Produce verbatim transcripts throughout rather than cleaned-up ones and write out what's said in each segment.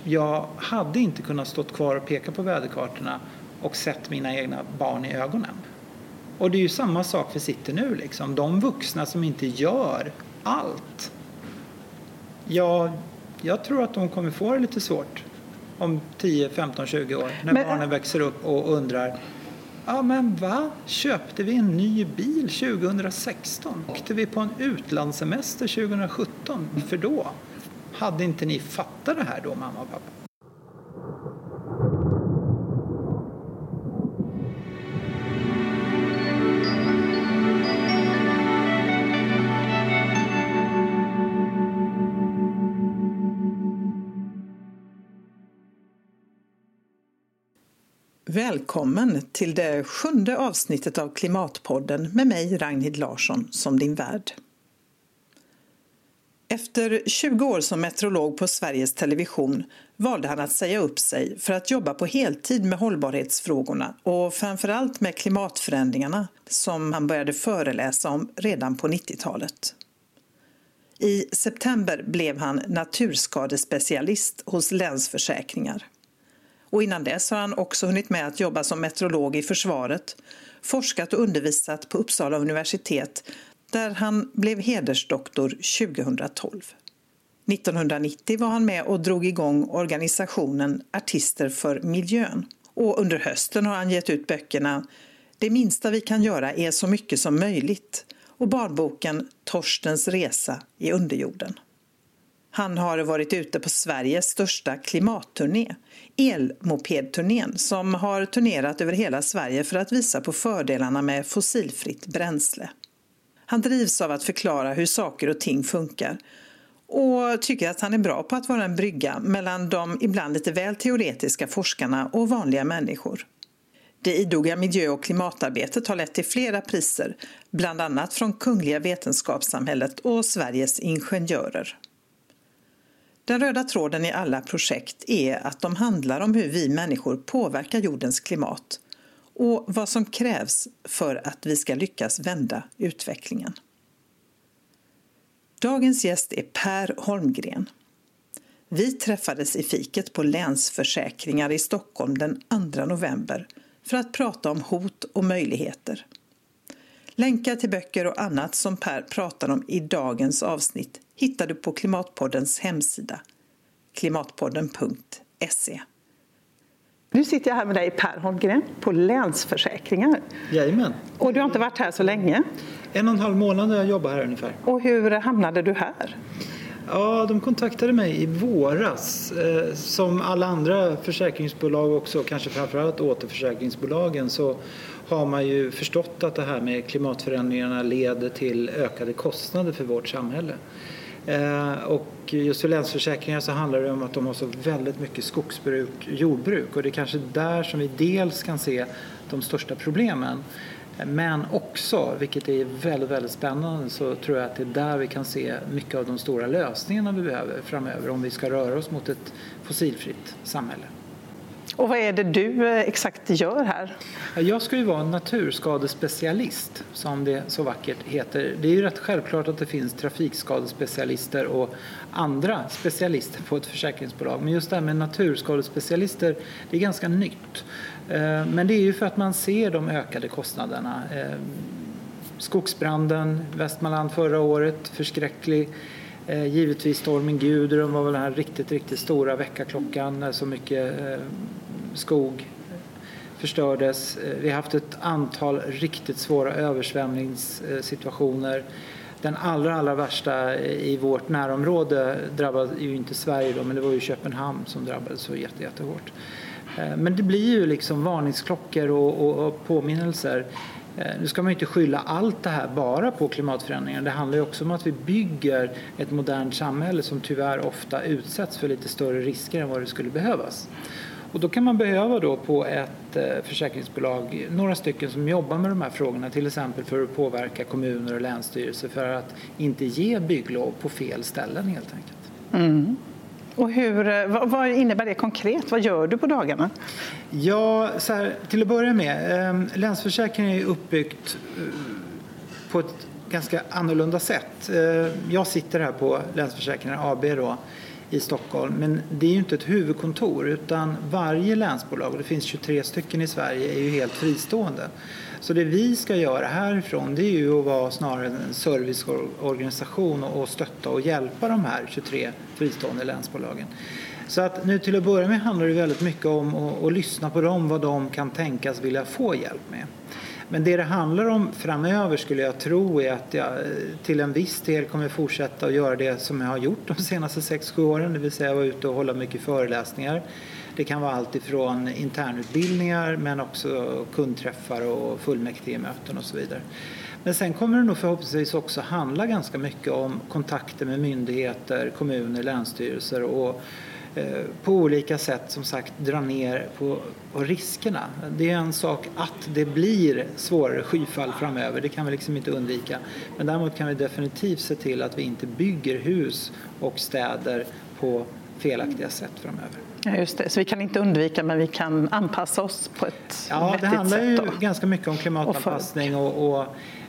jag hade inte kunnat stå kvar och peka på väderkartorna och sett mina egna barn i ögonen. Och det är ju samma sak vi sitter nu. Liksom. De vuxna som inte gör allt. Ja, jag tror att de kommer få det lite svårt om tio, femton, tjugo år. När men, barnen växer upp och undrar, ja men va? Köpte vi en ny bil tjugohundrasexton? Åkte vi på en utlandssemester tjugohundrasjutton? För då hade inte ni fattat det här då, mamma och pappa? Välkommen till det sjunde avsnittet av Klimatpodden med mig, Ragnhild Larsson, som din värd. Efter tjugo år som meteorolog på Sveriges Television valde han att säga upp sig för att jobba på heltid med hållbarhetsfrågorna och framförallt med klimatförändringarna som han började föreläsa om redan på nittiotalet. I september blev han naturskadespecialist hos Länsförsäkringar. Och innan dess har han också hunnit med att jobba som meteorolog i försvaret, forskat och undervisat på Uppsala universitet där han blev hedersdoktor tjugohundratolv. nittonhundranittio var han med och drog igång organisationen Artister för miljön. Och under hösten har han gett ut böckerna Det minsta vi kan göra är så mycket som möjligt och barnboken Torstens resa i underjorden. Han har varit ute på Sveriges största klimatturné, elmopedturnén, som har turnerat över hela Sverige för att visa på fördelarna med fossilfritt bränsle. Han drivs av att förklara hur saker och ting funkar och tycker att han är bra på att vara en brygga mellan de ibland lite väl teoretiska forskarna och vanliga människor. Det idoga miljö- och klimatarbetet har lett till flera priser, bland annat från Kungliga vetenskapssamhället och Sveriges ingenjörer. Den röda tråden i alla projekt är att de handlar om hur vi människor påverkar jordens klimat och vad som krävs för att vi ska lyckas vända utvecklingen. Dagens gäst är Per Holmgren. Vi träffades i fiket på Länsförsäkringar i Stockholm den andra november för att prata om hot och möjligheter. Länkar till böcker och annat som Per pratar om i dagens avsnitt hittar du på Klimatpoddens hemsida klimatpodden punkt se. Nu sitter jag här med dig, Per Holmgren, på Länsförsäkringar. Jajamän. Och du har inte varit här så länge? En och en halv månad har jag jobbat här ungefär. Och hur hamnade du här? Ja, de kontaktade mig i våras. Eh, som alla andra försäkringsbolag också, kanske framförallt återförsäkringsbolagen, så har man ju förstått att det här med klimatförändringarna leder till ökade kostnader för vårt samhälle. Eh, och just för Länsförsäkringar så handlar det om att de har så väldigt mycket skogsbruk, jordbruk, och det är kanske där som vi dels kan se de största problemen. Men också, vilket är väldigt, väldigt spännande, så tror jag att det är där vi kan se mycket av de stora lösningarna vi behöver framöver om vi ska röra oss mot ett fossilfritt samhälle. Och vad är det du exakt gör här? Jag ska ju vara en naturskadespecialist, som det så vackert heter. Det är ju rätt självklart att det finns trafikskadespecialister och andra specialister på ett försäkringsbolag. Men just det här med naturskadespecialister, det är ganska nytt. Men det är ju för att man ser de ökade kostnaderna. Skogsbranden, Västmanland förra året, förskräcklig. Givetvis stormen Gudrun var väl den här riktigt, riktigt stora väckarklockan när så mycket skog förstördes. Vi har haft ett antal riktigt svåra översvämningssituationer. Den allra, allra värsta i vårt närområde drabbade ju inte Sverige då, men det var ju Köpenhamn som drabbades så jätte, jättehårt. Men det blir ju liksom varningsklockor och, och, och påminnelser. Nu ska man ju inte skylla allt det här bara på klimatförändringar. Det handlar ju också om att vi bygger ett modernt samhälle som tyvärr ofta utsätts för lite större risker än vad det skulle behövas. Och då kan man behöva då på ett försäkringsbolag några stycken som jobbar med de här frågorna, till exempel för att påverka kommuner och länsstyrelser för att inte ge bygglov på fel ställen helt enkelt. Mm. Och hur, vad innebär det konkret? Vad gör du på dagarna? Ja, så här, till att börja med, eh, Länsförsäkringen är uppbyggt eh, på ett ganska annorlunda sätt. Eh, jag sitter här på Länsförsäkringen A B då, i Stockholm. Men det är ju inte ett huvudkontor utan varje länsbolag, och det finns tjugotre stycken i Sverige, är ju helt fristående. Så det vi ska göra härifrån det är ju att vara snarare en serviceorganisation och stötta och hjälpa de här tjugotre fristående länsbolagen. Så att nu till att börja med handlar det väldigt mycket om att, att lyssna på dem, vad de kan tänkas vilja få hjälp med. Men det det handlar om framöver skulle jag tro är att jag till en viss del kommer fortsätta att göra det som jag har gjort de senaste sex sju åren. Det vill säga vara ute och hålla mycket föreläsningar. Det kan vara allt ifrån internutbildningar men också kundträffar och fullmäktigemöten och så vidare. Men sen kommer det nog förhoppningsvis också handla ganska mycket om kontakter med myndigheter, kommuner, länsstyrelser och på olika sätt som sagt dra ner på, på riskerna. Det är en sak att det blir svårare skyfall framöver, det kan vi liksom inte undvika. Men däremot kan vi definitivt se till att vi inte bygger hus och städer på felaktiga sätt framöver. Ja, just det. Så vi kan inte undvika men vi kan anpassa oss på ett ja, vettigt sätt. Ja, det handlar ju då. ganska mycket om klimatanpassning och, och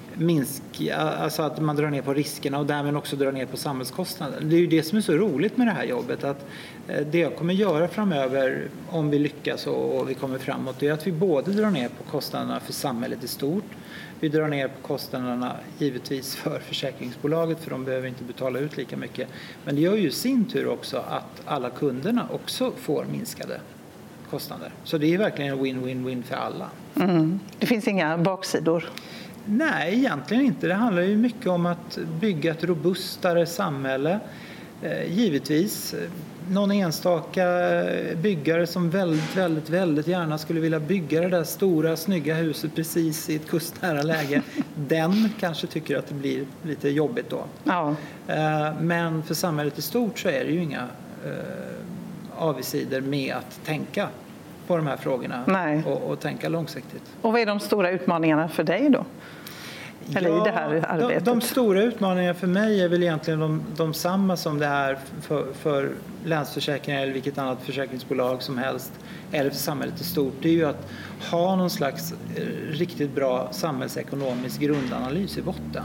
minska, alltså att man drar ner på riskerna och därmed också drar ner på samhällskostnaden. Det är ju det som är så roligt med det här jobbet, att det jag kommer göra framöver om vi lyckas och vi kommer framåt är att vi både drar ner på kostnaderna för samhället i stort, vi drar ner på kostnaderna givetvis för försäkringsbolaget för de behöver inte betala ut lika mycket, men det gör ju i sin tur också att alla kunderna också får minskade kostnader. Så det är verkligen en win-win-win för alla. Mm. Det finns inga baksidor? Nej, egentligen inte. Det handlar ju mycket om att bygga ett robustare samhälle. Eh, givetvis någon enstaka byggare som väldigt, väldigt, väldigt gärna skulle vilja bygga det där stora, snygga huset precis i ett kustnära läge. Den kanske tycker att det blir lite jobbigt då. Ja. Eh, men för samhället i stort så är det ju inga eh, avigsidor med att tänka på de här frågorna och, och tänka långsiktigt. Och vad är de stora utmaningarna för dig då? Eller ja, i det här arbetet? De, de stora utmaningarna för mig är väl egentligen de, de samma som det är för, för Länsförsäkringar eller vilket annat försäkringsbolag som helst eller för samhället i stort. Det är ju att ha någon slags eh, riktigt bra samhällsekonomisk grundanalys i botten.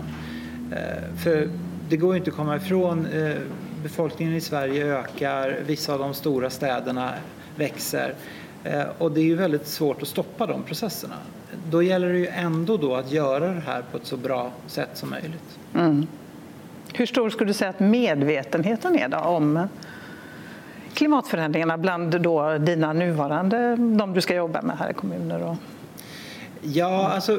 Eh, för det går ju inte att komma ifrån eh, befolkningen i Sverige ökar, vissa av de stora städerna växer. Och det är ju väldigt svårt att stoppa de processerna. Då gäller det ju ändå då att göra det här på ett så bra sätt som möjligt. Mm. Hur stor skulle du säga att medvetenheten är då om klimatförändringarna bland då dina nuvarande, de du ska jobba med här i kommuner? Och... Ja, alltså...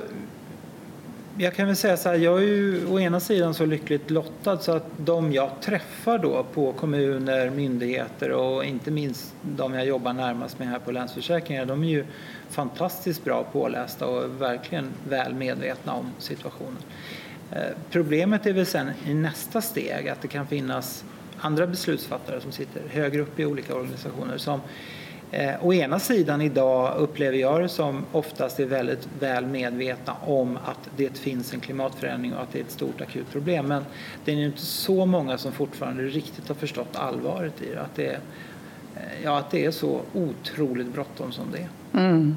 Jag kan väl säga så här, jag är ju å ena sidan så lyckligt lottad så att de jag träffar då på kommuner, myndigheter och inte minst de jag jobbar närmast med här på Länsförsäkringar, de är ju fantastiskt bra pålästa och verkligen väl medvetna om situationen. Eh, problemet är väl sen i nästa steg att det kan finnas andra beslutsfattare som sitter högre upp i olika organisationer som Eh, å ena sidan idag upplever jag det som oftast är väldigt väl medvetna om att det finns en klimatförändring och att det är ett stort akut problem. Men det är inte så många som fortfarande riktigt har förstått allvaret i det. Att det är, eh, ja, att det är så otroligt bråttom som det är. Mm.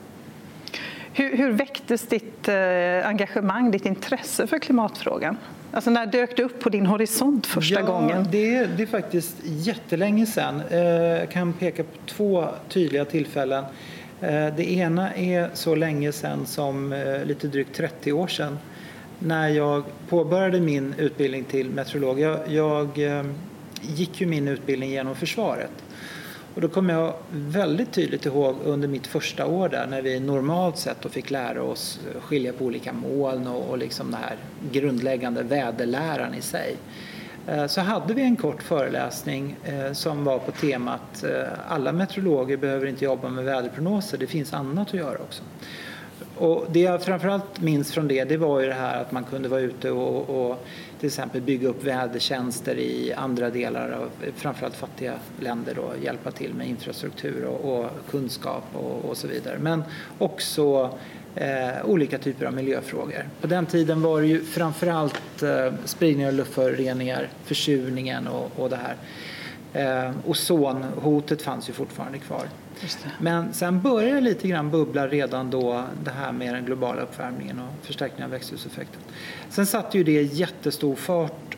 Hur, hur väcktes ditt eh, engagemang, ditt intresse för klimatfrågan? Alltså när dök det upp på din horisont första ja, gången? Det, det är faktiskt jättelänge sedan. Jag kan peka på två tydliga tillfällen. Det ena är så länge sedan som lite drygt trettio år sedan när jag påbörjade min utbildning till meteorolog. Jag, jag gick ju min utbildning genom försvaret. Och då kommer jag väldigt tydligt ihåg under mitt första år där när vi normalt sett då fick lära oss skilja på olika moln och, och liksom den här grundläggande väderläran i sig. Så hade vi en kort föreläsning som var på temat alla meteorologer behöver inte jobba med väderprognoser, det finns annat att göra också. Och det jag framförallt minns från det, det var ju det här att man kunde vara ute och, och till exempel bygga upp vädertjänster i andra delar av framförallt fattiga länder och hjälpa till med infrastruktur och, och kunskap och, och så vidare. Men också eh, olika typer av miljöfrågor. På den tiden var det ju framförallt eh, spridning av luftföroreningar, försurningen och, och det här. Eh, ozonhotet fanns ju fortfarande kvar. Men sen började lite grann bubbla redan då det här med den globala uppvärmningen och förstärkningen av växthuseffekten. Sen satte ju det jättestor fart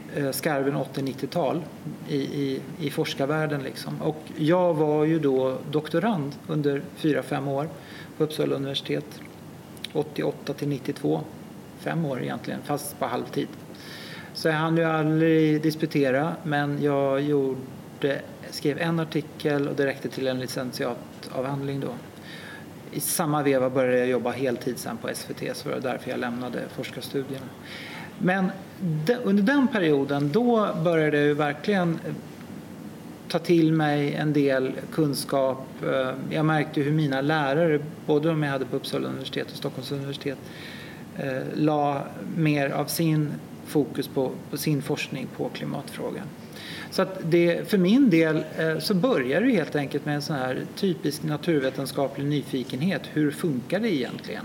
skarven åttio-nittiotal i, i, i forskarvärlden. Liksom. Och jag var ju då doktorand under fyra fem år på Uppsala universitet. åttioåtta till nittiotvå. Fem år egentligen, fast på halvtid. Så jag hann ju aldrig disputera, men jag gjorde, skrev en artikel och det räckte till en licentiatavhandling då. I samma veva började jag jobba heltid sen på S V T, så det var därför jag lämnade forskarstudierna. Men de, under den perioden då började jag ju verkligen ta till mig en del kunskap. Jag märkte hur mina lärare, både de jag hade på Uppsala universitet och Stockholms universitet, la mer av sin fokus på, på sin forskning på klimatfrågan. Så att det, för min del så börjar det helt enkelt med en sån här typisk naturvetenskaplig nyfikenhet. Hur funkar det egentligen?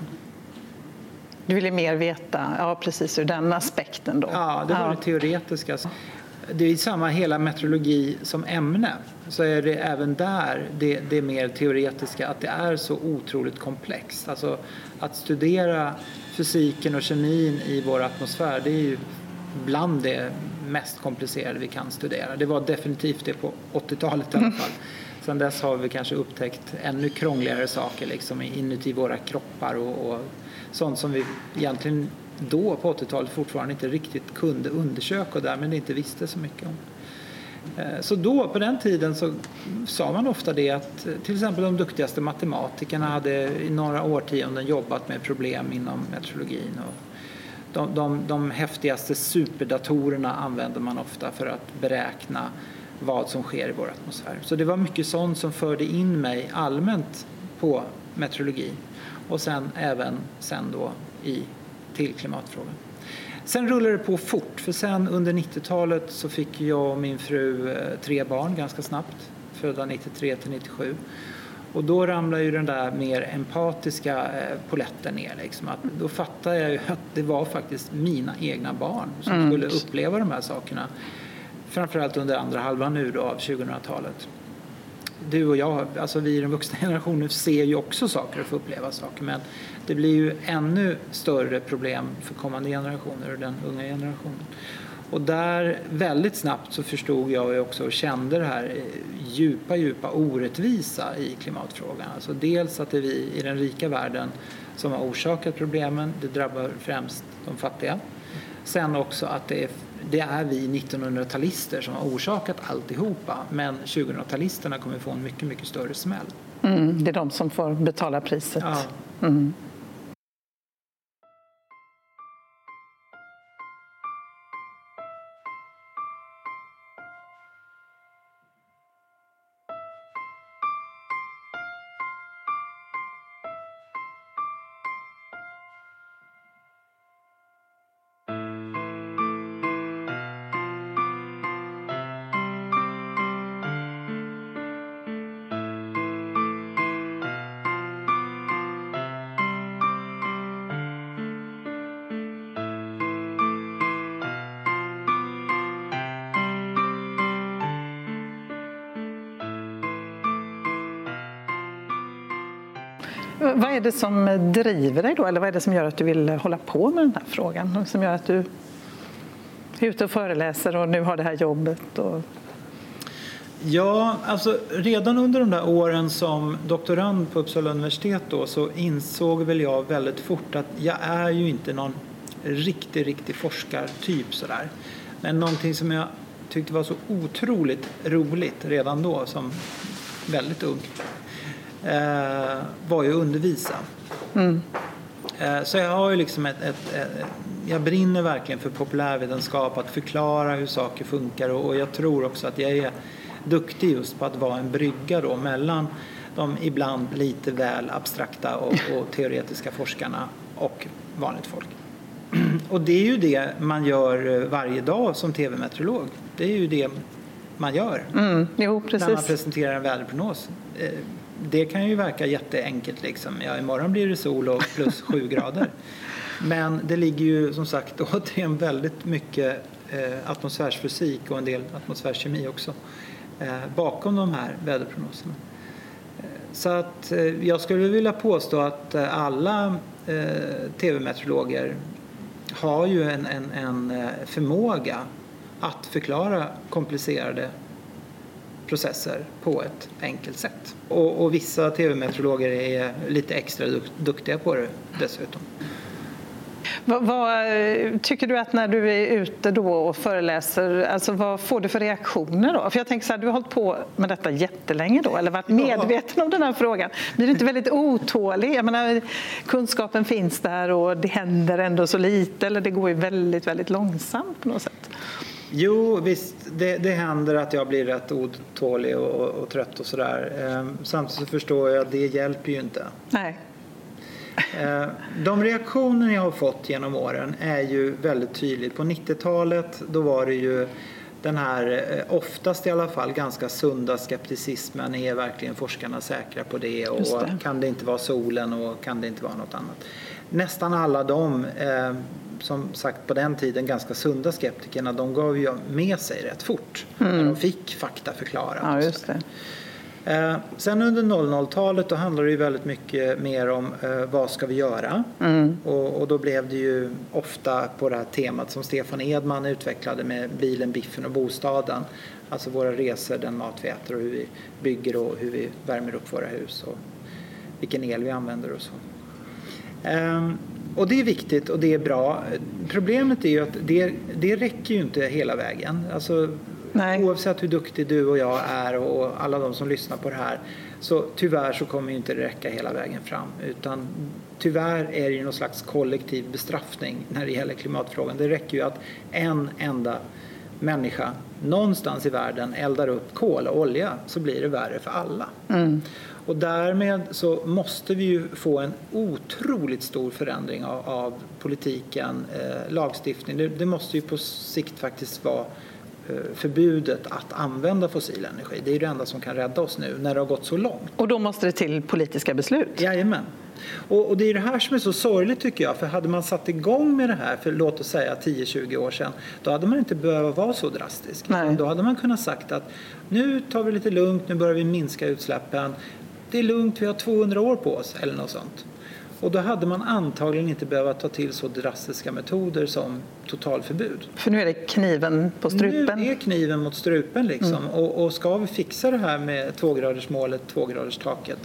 Du ville mer veta, ja precis, ur den aspekten då. Ja, det var ja. det teoretiska. Det är samma hela meteorologi som ämne. Så är det även där det, det är mer teoretiska, att det är så otroligt komplext. Alltså att studera fysiken och kemin i vår atmosfär, det är ju bland det mest komplicerade vi kan studera. Det var definitivt det på åttiotalet i alla fall. Sen dess har vi kanske upptäckt ännu krångligare saker liksom inuti våra kroppar och, och sånt som vi egentligen då på åttiotalet fortfarande inte riktigt kunde undersöka och därmed inte visste så mycket om. Så då på den tiden så sa man ofta det att till exempel de duktigaste matematikerna hade i några årtionden jobbat med problem inom meteorologin. Och de, de, de häftigaste superdatorerna använder man ofta för att beräkna vad som sker i vår atmosfär. Så det var mycket sånt som förde in mig allmänt på meteorologi och sen även sen då i, till klimatfrågan. Sen rullade det på fort, för sen under nittiotalet så fick jag och min fru tre barn ganska snabbt, födda nittiotre till nittiosju. Och då ramlade ju den där mer empatiska poletten ner. Liksom. Att då fattade jag ju att det var faktiskt mina egna barn som mm. skulle uppleva de här sakerna. Framförallt under andra halvan nu då av tjugohundratalet. Du och jag, alltså vi i den vuxna generationen ser ju också saker och får uppleva saker. Men det blir ju ännu större problem för kommande generationer och den unga generationen. Och där väldigt snabbt så förstod jag ju också och kände det här djupa, djupa orättvisa i klimatfrågan. Alltså dels att det är vi i den rika världen som har orsakat problemen. Det drabbar främst de fattiga. Sen också att det är, det är vi nittonhundratalister som har orsakat alltihopa. Men tjugohundratalisterna kommer få en mycket, mycket större smäll. Mm, det är de som får betala priset. Ja. Mm. Vad är det som driver dig då? Eller vad är det som gör att du vill hålla på med den här frågan? Som gör att du är ute och föreläser och nu har det här jobbet? Och... Ja, alltså redan under de där åren som doktorand på Uppsala universitet då, så insåg väl jag väldigt fort att jag är ju inte någon riktig, riktig forskartyp sådär. Men någonting som jag tyckte var så otroligt roligt redan då som väldigt ung. Eh, var ju att undervisa. Mm. Eh, så jag har ju liksom ett, ett, ett, jag brinner verkligen för populärvetenskap, att förklara hur saker funkar och, och jag tror också att jag är duktig just på att vara en brygga då mellan de ibland lite väl abstrakta och, och teoretiska forskarna och vanligt folk. Och det är ju det man gör varje dag som tv-meteorolog. Det är ju det man gör. Mm. Jo, precis. När man presenterar en väderprognos. Eh, Det kan ju verka jätteenkelt liksom. Ja, imorgon blir det sol och plus sju grader. Men det ligger ju som sagt återigen väldigt mycket eh, atmosfärsfysik och en del atmosfärskemi också eh, bakom de här väderprognoserna. Eh, så att eh, jag skulle vilja påstå att eh, alla eh, tv-meteorologer har ju en, en, en förmåga att förklara komplicerade processer på ett enkelt sätt. Och, och vissa tv-meteorologer är lite extra duktiga på det dessutom. Vad, vad tycker du att när du är ute då och föreläser, alltså vad får du för reaktioner då? För jag tänker så här, du har hållit på med detta jättelänge då, eller varit medveten ja. om den här frågan. Blir du inte väldigt otålig? Jag menar, kunskapen finns där och det händer ändå så lite, eller det går ju väldigt, väldigt långsamt på något sätt. Jo, visst, det, det händer att jag blir rätt otålig och, och, och trött och sådär. Ehm, samtidigt så förstår jag att det hjälper ju inte. Nej. De reaktioner jag har fått genom åren är ju väldigt tydligt. På nittiotalet då var det ju den här, oftast i alla fall, ganska sunda skepticismen. Är verkligen forskarna säkra på det? Och det. Kan det inte vara solen och kan det inte vara något annat? Nästan alla de, eh, som sagt på den tiden ganska sunda skeptikerna, de gav ju med sig rätt fort. Mm. När de fick fakta förklarat. Ja, just det. Eh, sen under noll noll-talet då handlade det ju väldigt mycket mer om eh, vad ska vi göra? Mm. Och, och då blev det ju ofta på det här temat som Stefan Edman utvecklade med bilen, biffen och bostaden. Alltså våra resor, den mat vi äter och hur vi bygger och hur vi värmer upp våra hus och vilken el vi använder och så. Eh, och det är viktigt och det är bra. Problemet är ju att det, det räcker ju inte hela vägen. Alltså Nej. Oavsett hur duktig du och jag är och alla de som lyssnar på det här, så tyvärr så kommer ju inte det räcka hela vägen fram, utan tyvärr är det ju någon slags kollektiv bestraffning när det gäller klimatfrågan. Det räcker ju att en enda människa någonstans i världen eldar upp kol och olja, så blir det värre för alla. Mm. Och därmed så måste vi ju få en otroligt stor förändring av, av politiken, eh, lagstiftning. Det, det måste ju på sikt faktiskt vara förbudet att använda fossil energi. Det är det enda som kan rädda oss nu när det har gått så långt. Och då måste det till politiska beslut? Jajamän. Och, och det är det här som är så sorgligt tycker jag. För hade man satt igång med det här för låt oss säga tio tjugo år sedan, då hade man inte behövt vara så drastisk. Nej. Då hade man kunnat sagt att nu tar vi lite lugnt, nu börjar vi minska utsläppen. Det är lugnt, vi har tvåhundra år på oss eller något sånt. Och då hade man antagligen inte behövt ta till så drastiska metoder som totalförbud. För nu är det kniven på strupen? Nu är kniven mot strupen liksom. Mm. Och, och ska vi fixa det här med tvågradersmålet, tvågraderstaket,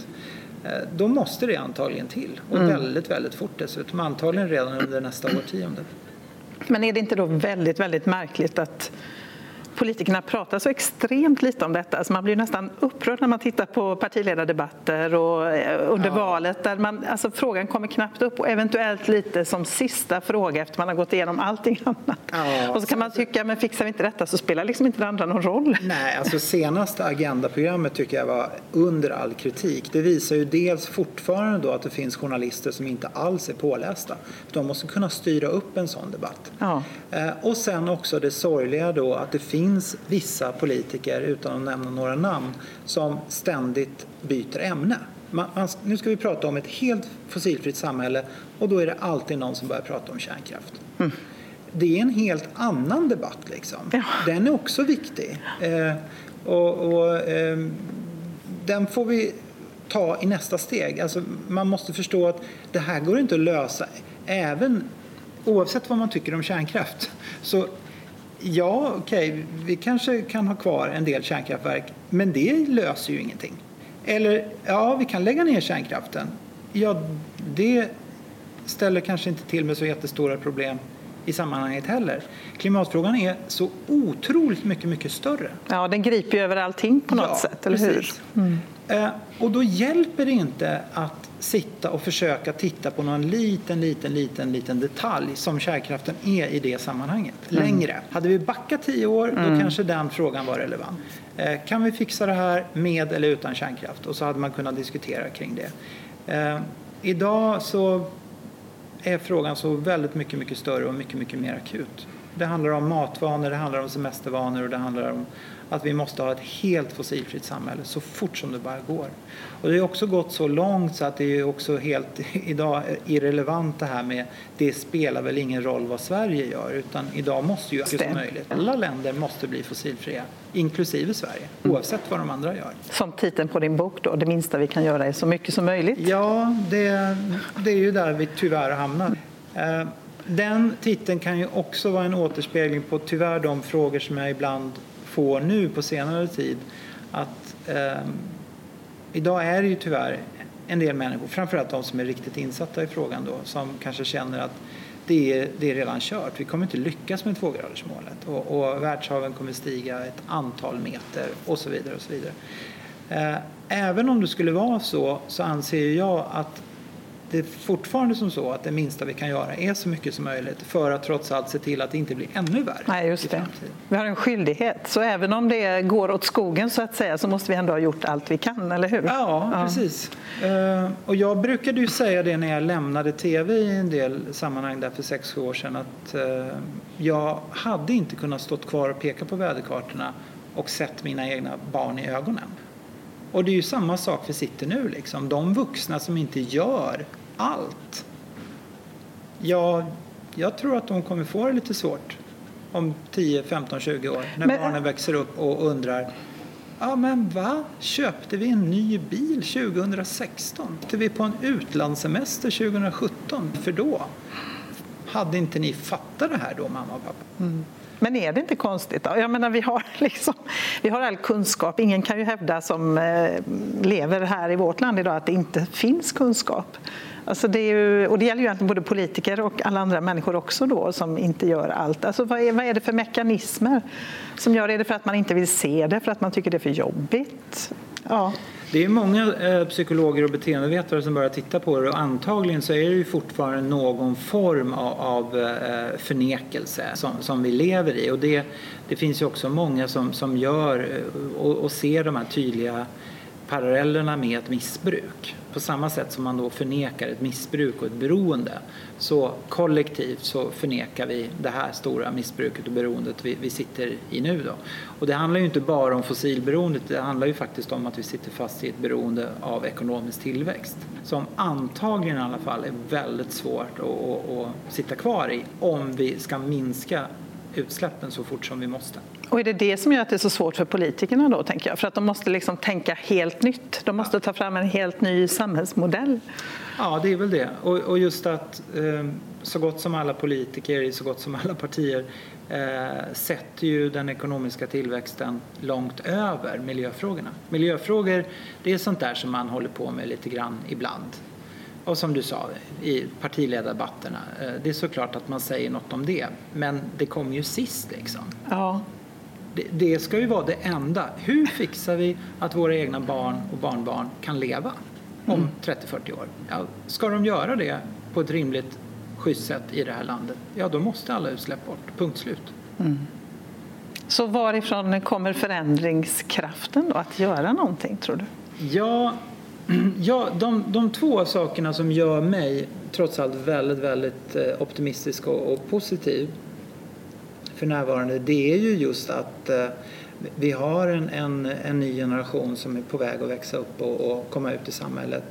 då måste det antagligen till. Och mm. väldigt, väldigt fort dessutom. Antagligen redan under nästa årtionde. Men är det inte då väldigt, väldigt märkligt att politikerna pratar så extremt lite om detta. Alltså man blir nästan upprörd när man tittar på partiledardebatter och under ja. valet. Där man, alltså frågan kommer knappt upp och eventuellt lite som sista fråga efter man har gått igenom allting annat. Ja, och så kan man tycka, men fixar vi inte detta så spelar liksom inte det andra någon roll. Nej, alltså senaste agendaprogrammet tycker jag var under all kritik. Det visar ju dels fortfarande då att det finns journalister som inte alls är pålästa. De måste kunna styra upp en sån debatt. Ja. Och sen också det sorgliga då att det finns finns vissa politiker, utan att nämna några namn, som ständigt byter ämne. Man, man, nu ska vi prata om ett helt fossilfritt samhälle och då är det alltid någon som börjar prata om kärnkraft. Mm. Det är en helt annan debatt liksom. Ja. Den är också viktig. Eh, och och eh, den får vi ta i nästa steg. Alltså, man måste förstå att det här går inte att lösa även oavsett vad man tycker om kärnkraft. Så ja, okej, okay, vi kanske kan ha kvar en del kärnkraftverk, men det löser ju ingenting. Eller, ja, vi kan lägga ner kärnkraften. Ja, det ställer kanske inte till med så jättestora problem i sammanhanget heller. Klimatfrågan är så otroligt mycket, mycket större. Ja, den griper ju över allting på något ja, sätt, eller precis. hur? Mm. Eh, och då hjälper det inte att sitta och försöka titta på någon liten, liten, liten, liten detalj som kärnkraften är i det sammanhanget. Mm. Längre. Hade vi backat tio år, då mm. kanske den frågan var relevant. Eh, kan vi fixa det här med eller utan kärnkraft? Och så hade man kunnat diskutera kring det. Eh, idag så är frågan så väldigt mycket, mycket större och mycket, mycket mer akut. Det handlar om matvanor, det handlar om semestervanor och det handlar om att vi måste ha ett helt fossilfritt samhälle så fort som det bara går. Och det har också gått så långt så att det är också helt idag irrelevant det här med det spelar väl ingen roll vad Sverige gör, utan idag måste ju som möjligt. Alla länder måste bli fossilfria, inklusive Sverige, oavsett vad de andra gör. Som titeln på din bok då, det minsta vi kan göra är så mycket som möjligt. Ja, det, det är ju där vi tyvärr hamnar. Den titeln kan ju också vara en återspegling på tyvärr de frågor som jag ibland får nu på senare tid. Att eh, idag är det ju tyvärr en del människor, framförallt de som är riktigt insatta i frågan då, som kanske känner att det är, det är redan kört. Vi kommer inte lyckas med tvågradersmålet och, och världshaven kommer stiga ett antal meter och så vidare och så vidare. Eh, även om det skulle vara så, så anser jag att det är fortfarande som så att det minsta vi kan göra är så mycket som möjligt för att trots allt se till att det inte blir ännu värre. Nej, just det. Vi har en skyldighet. Så även om det går åt skogen så att säga så måste vi ändå ha gjort allt vi kan, eller hur? Ja, ja. Precis. Uh, och jag brukade ju säga det när jag lämnade tv i en del sammanhang där för sex år sedan att uh, jag hade inte kunnat stå kvar och peka på väderkartorna och sett mina egna barn i ögonen. Och det är ju samma sak vi sitter nu liksom. De vuxna som inte gör allt. Ja, jag tror att de kommer få det lite svårt om tio, femton, tjugo år när men, barnen växer upp och undrar ja men va? Köpte vi en ny bil tjugohundrasexton? Köpte vi på en utlandssemester tjugohundrasjutton? För då hade inte ni fattat det här då, mamma och pappa? Mm. Men är det inte konstigt då? Jag menar, vi har, liksom, vi har all kunskap. Ingen kan ju hävda som eh, lever här i vårt land idag att det inte finns kunskap. Alltså det är ju, och det gäller ju egentligen både politiker och alla andra människor också då som inte gör allt. Alltså vad är, vad är det för mekanismer som gör det? Är det för att man inte vill se det, för att man tycker det är för jobbigt? Ja. Det är många eh, psykologer och beteendevetare som börjar titta på det och antagligen så är det ju fortfarande någon form av, av eh, förnekelse som, som vi lever i. Och det, det finns ju också många som, som gör och, och ser de här tydliga parallellerna med ett missbruk. På samma sätt som man då förnekar ett missbruk och ett beroende så kollektivt så förnekar vi det här stora missbruket och beroendet vi, vi sitter i nu då. Och det handlar ju inte bara om fossilberoendet, det handlar ju faktiskt om att vi sitter fast i ett beroende av ekonomisk tillväxt som antagligen i alla fall är väldigt svårt att, att, att sitta kvar i om vi ska minska utsläppen så fort som vi måste. Och är det det som gör att det är så svårt för politikerna då, tänker jag? För att de måste liksom tänka helt nytt. De måste ta fram en helt ny samhällsmodell. Ja, det är väl det. Och, och just att eh, så gott som alla politiker i så gott som alla partier eh, sätter ju den ekonomiska tillväxten långt över miljöfrågorna. Miljöfrågor, det är sånt där som man håller på med lite grann ibland. Och som du sa i partiledardebatterna, det är såklart att man säger något om det. Men det kommer ju sist liksom. Ja. Det, det ska ju vara det enda. Hur fixar vi att våra egna barn och barnbarn kan leva om mm. trettio till fyrtio år? Ja, ska de göra det på ett rimligt schysst sätt i det här landet? Ja, då måste alla utsläpp bort. Punkt slut. Mm. Så varifrån kommer förändringskraften då att göra någonting, tror du? Ja... Ja, de, de två sakerna som gör mig trots allt väldigt, väldigt optimistisk och, och positiv för närvarande, det är ju just att eh, vi har en, en, en ny generation som är på väg att växa upp och, och komma ut i samhället.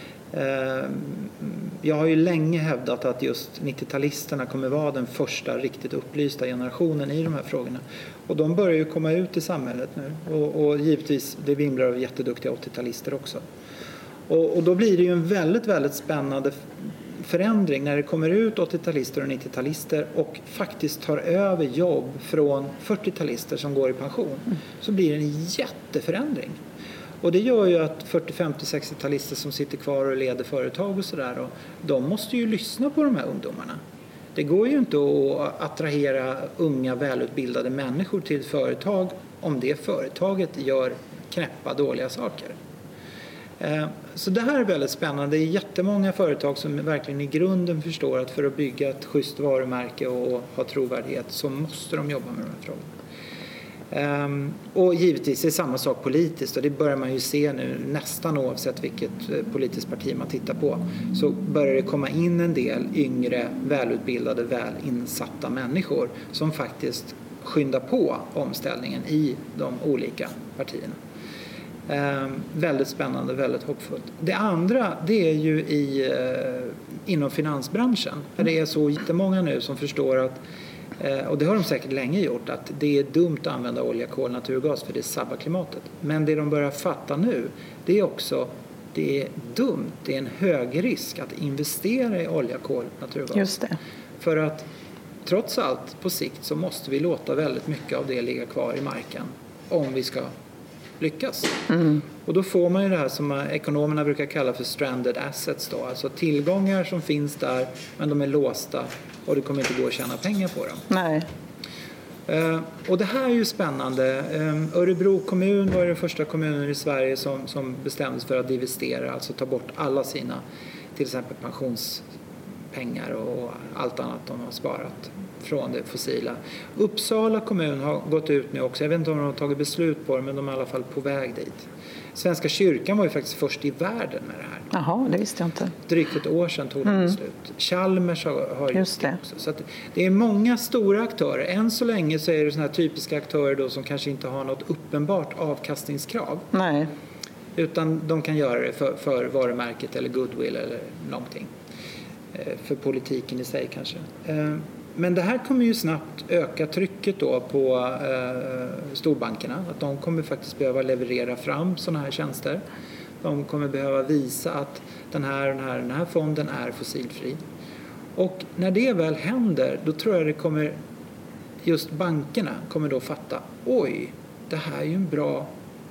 Eh, jag har ju länge hävdat att just nittio-talisterna kommer vara den första riktigt upplysta generationen i de här frågorna. Och de börjar ju komma ut i samhället nu. Och, och givetvis, det vimlar av jätteduktiga åttio-talister också. Och, och då blir det ju en väldigt, väldigt spännande förändring när det kommer ut åttio-talister och nittio-talister och faktiskt tar över jobb från fyrtio-talister som går i pension. Så blir det en jätteförändring. Och det gör ju att fyrtio-, femtio-, sextio-talister som sitter kvar och leder företag och sådär, och de måste ju lyssna på de här ungdomarna. Det går ju inte att attrahera unga välutbildade människor till ett företag om det företaget gör knäppa dåliga saker. Så det här är väldigt spännande. Det är jättemånga företag som verkligen i grunden förstår att för att bygga ett schysst varumärke och ha trovärdighet så måste de jobba med de här frågorna. Um, och givetvis är det samma sak politiskt, och det börjar man ju se nu nästan oavsett vilket politiskt parti man tittar på, så börjar det komma in en del yngre, välutbildade, välinsatta människor som faktiskt skyndar på omställningen i de olika partierna. Um, väldigt spännande, väldigt hoppfullt. Det andra, det är ju i, uh, inom finansbranschen. Mm. Det är så jättemånga nu som förstår att, uh, och det har de säkert länge gjort, att det är dumt att använda olja, kol, naturgas för det sabbar klimatet. Men det de börjar fatta nu, det är också, det är dumt, det är en hög risk att investera i olja, kol, naturgas. Just det. För att trots allt på sikt så måste vi låta väldigt mycket av det ligga kvar i marken om vi ska lyckas. Mm. Och då får man ju det här som ekonomerna brukar kalla för stranded assets då. Alltså tillgångar som finns där men de är låsta och det kommer inte gå att tjäna pengar på dem. Nej. Uh, och det här är ju spännande. Um, Örebro kommun var den första kommunen i Sverige som, som bestämdes för att divestera, alltså ta bort alla sina till exempel pensionspengar och allt annat de har sparat från det fossila. Uppsala kommun har gått ut nu också, jag vet inte om de har tagit beslut på det, men de är i alla fall på väg dit. Svenska kyrkan var ju faktiskt först i världen med det här. Jaha, det visste jag inte. Drygt ett år sedan tog de mm. beslut. Chalmers har, har just det också. Så att det är många stora aktörer. Än så länge så är det såna här typiska aktörer då som kanske inte har något uppenbart avkastningskrav. Nej. Utan de kan göra det för, för varumärket eller goodwill eller någonting. För politiken i sig kanske. Men det här kommer ju snabbt öka trycket då på eh, storbankerna. Att de kommer faktiskt behöva leverera fram sådana här tjänster. De kommer behöva visa att den här, den här, den här fonden är fossilfri. Och när det väl händer, då tror jag det kommer, just bankerna kommer då fatta, oj, det här är ju en bra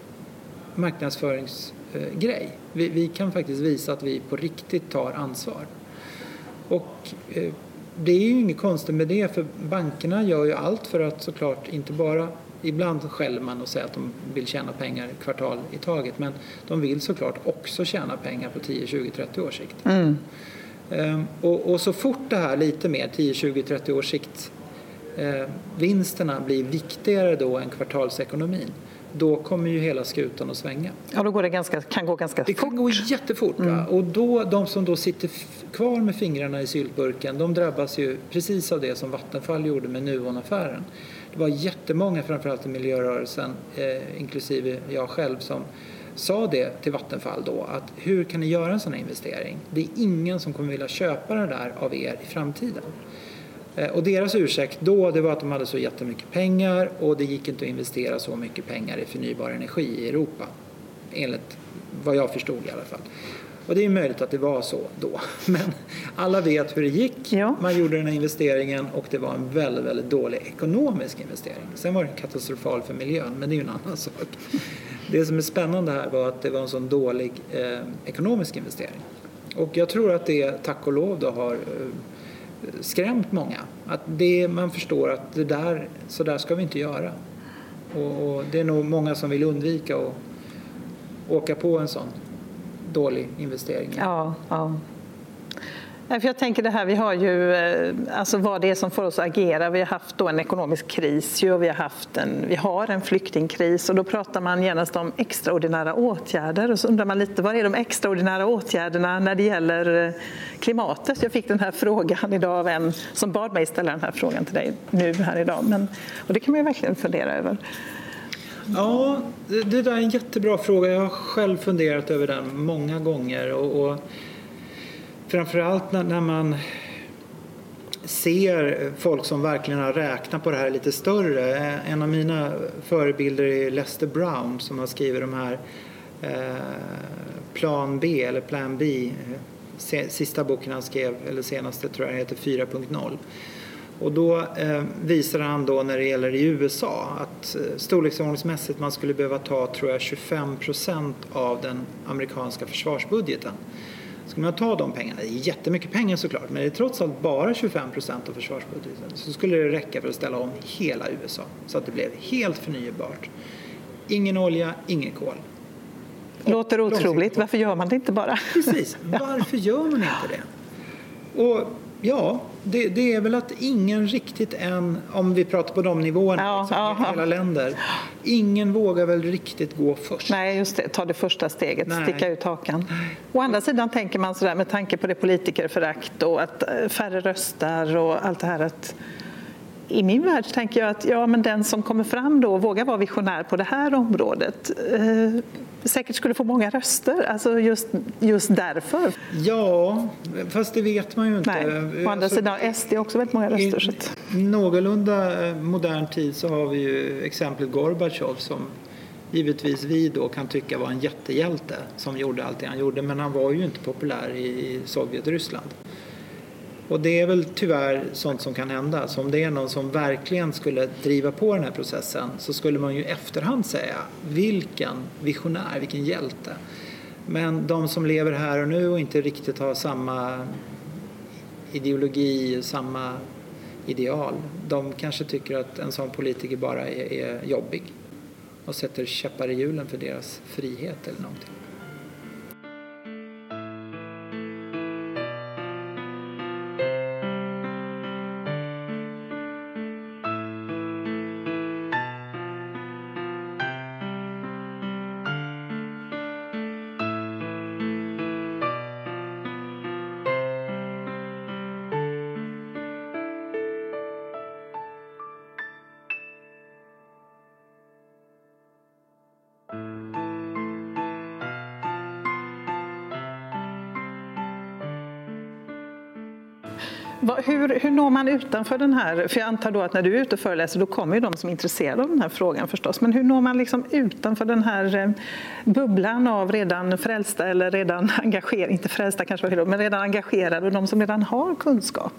marknadsföringsgrej. Eh, vi, vi kan faktiskt visa att vi på riktigt tar ansvar. Och eh, det är ju inget konstigt med det, för bankerna gör ju allt för att såklart inte bara, ibland skäller man och säger att de vill tjäna pengar kvartal i taget, men de vill såklart också tjäna pengar på tio, tjugo, trettio års sikt. Mm. Um, och, och så fort det här lite mer tio, tjugo, trettio års sikt eh, vinsterna blir viktigare då än kvartalsekonomin, då kommer ju hela skutan att svänga. Ja, då går det ganska, kan gå ganska det fort. Det kan gå jättefort. Mm. Va? Och då, de som då sitter f- kvar med fingrarna i syltburken, de drabbas ju precis av det som Vattenfall gjorde med Nuon-affären. Det var jättemånga, framförallt i miljörörelsen, eh, inklusive jag själv, som sa det till Vattenfall då, att hur kan ni göra en sån här investering? Det är ingen som kommer vilja köpa det där av er i framtiden. Och deras ursäkt då, det var att de hade så jättemycket pengar och det gick inte att investera så mycket pengar i förnybar energi i Europa. Enligt vad jag förstod i alla fall. Och det är möjligt att det var så då. Men alla vet hur det gick. Ja. Man gjorde den här investeringen och det var en väldigt, väldigt dålig ekonomisk investering. Sen var det katastrofal för miljön, men det är ju en annan sak. Det som är spännande här var att det var en sån dålig eh, ekonomisk investering. Och jag tror att det, tack och lov, då har... Eh, skrämt många. Att det, man förstår att det där, så där ska vi inte göra. Och, och det är nog många som vill undvika att åka på en sån dålig investering. Ja, ja. För jag tänker det här, vi har ju, alltså vad det är som får oss att agera. Vi har haft då en ekonomisk kris ju, och vi har haft en, vi har en flyktingkris, och då pratar man genast om extraordinära åtgärder, och så undrar man lite, vad är de extraordinära åtgärderna när det gäller klimatet? Jag fick den här frågan idag av en som bad mig ställa den här frågan till dig nu här idag, men, och det kan man ju verkligen fundera över. Ja, det, det där är en jättebra fråga. Jag har själv funderat över den många gånger, och, och framförallt när, när man ser folk som verkligen har räknat på det här lite större. En av mina förebilder är Lester Brown, som har skrivit de här eh, Plan B eller Plan B. Sista boken han skrev, eller senaste tror jag, heter fyra punkt noll. Och då eh, visar han då när det gäller i U S A att eh, storleksordningsmässigt man skulle behöva ta, tror jag, tjugofem procent av den amerikanska försvarsbudgeten. Ska man ta de pengarna, det är jättemycket pengar såklart, men det är trots allt bara tjugofem procent av försvarsbudgeten, så skulle det räcka för att ställa om hela U S A så att det blev helt förnybart. Ingen olja, ingen kol. Låter otroligt, varför gör man det inte bara? Precis, varför gör man inte det? Och ja, det, det är väl att ingen riktigt än, om vi pratar på de nivåerna, ja, liksom, ja, hela ja. länder, ingen vågar väl riktigt gå först. Nej, just det, ta det första steget, Nej. sticka ut hakan. Å andra sidan tänker man sådär med tanke på det politikerförakt och att färre röstar och allt det här, att i min värld tänker jag att ja, men den som kommer fram då och vågar vara visionär på det här området eh, säkert skulle få många röster, alltså just, just därför. Ja, fast det vet man ju inte. Nej. Å andra alltså, sidan har S D också väldigt många röster. I, så att... någorlunda modern tid så har vi ju exemplet Gorbatjov, som givetvis vi då kan tycka var en jättehjälte som gjorde allt det han gjorde, men han var ju inte populär i Sovjet och Ryssland. Och det är väl tyvärr sånt som kan hända. Så om det är någon som verkligen skulle driva på den här processen så skulle man ju efterhand säga vilken visionär, vilken hjälte. Men de som lever här och nu och inte riktigt har samma ideologi, samma ideal, de kanske tycker att en sån politiker bara är, är jobbig och sätter käppar i hjulen för deras frihet eller någonting. Hur, hur når man utanför den här, för jag antar då att när du är ute och föreläser då kommer ju de som är intresserade av den här frågan förstås, men hur når man liksom utanför den här bubblan av redan frälsta eller redan engagerade, inte frälsta kanske var fel, men redan engagerade och de som redan har kunskap?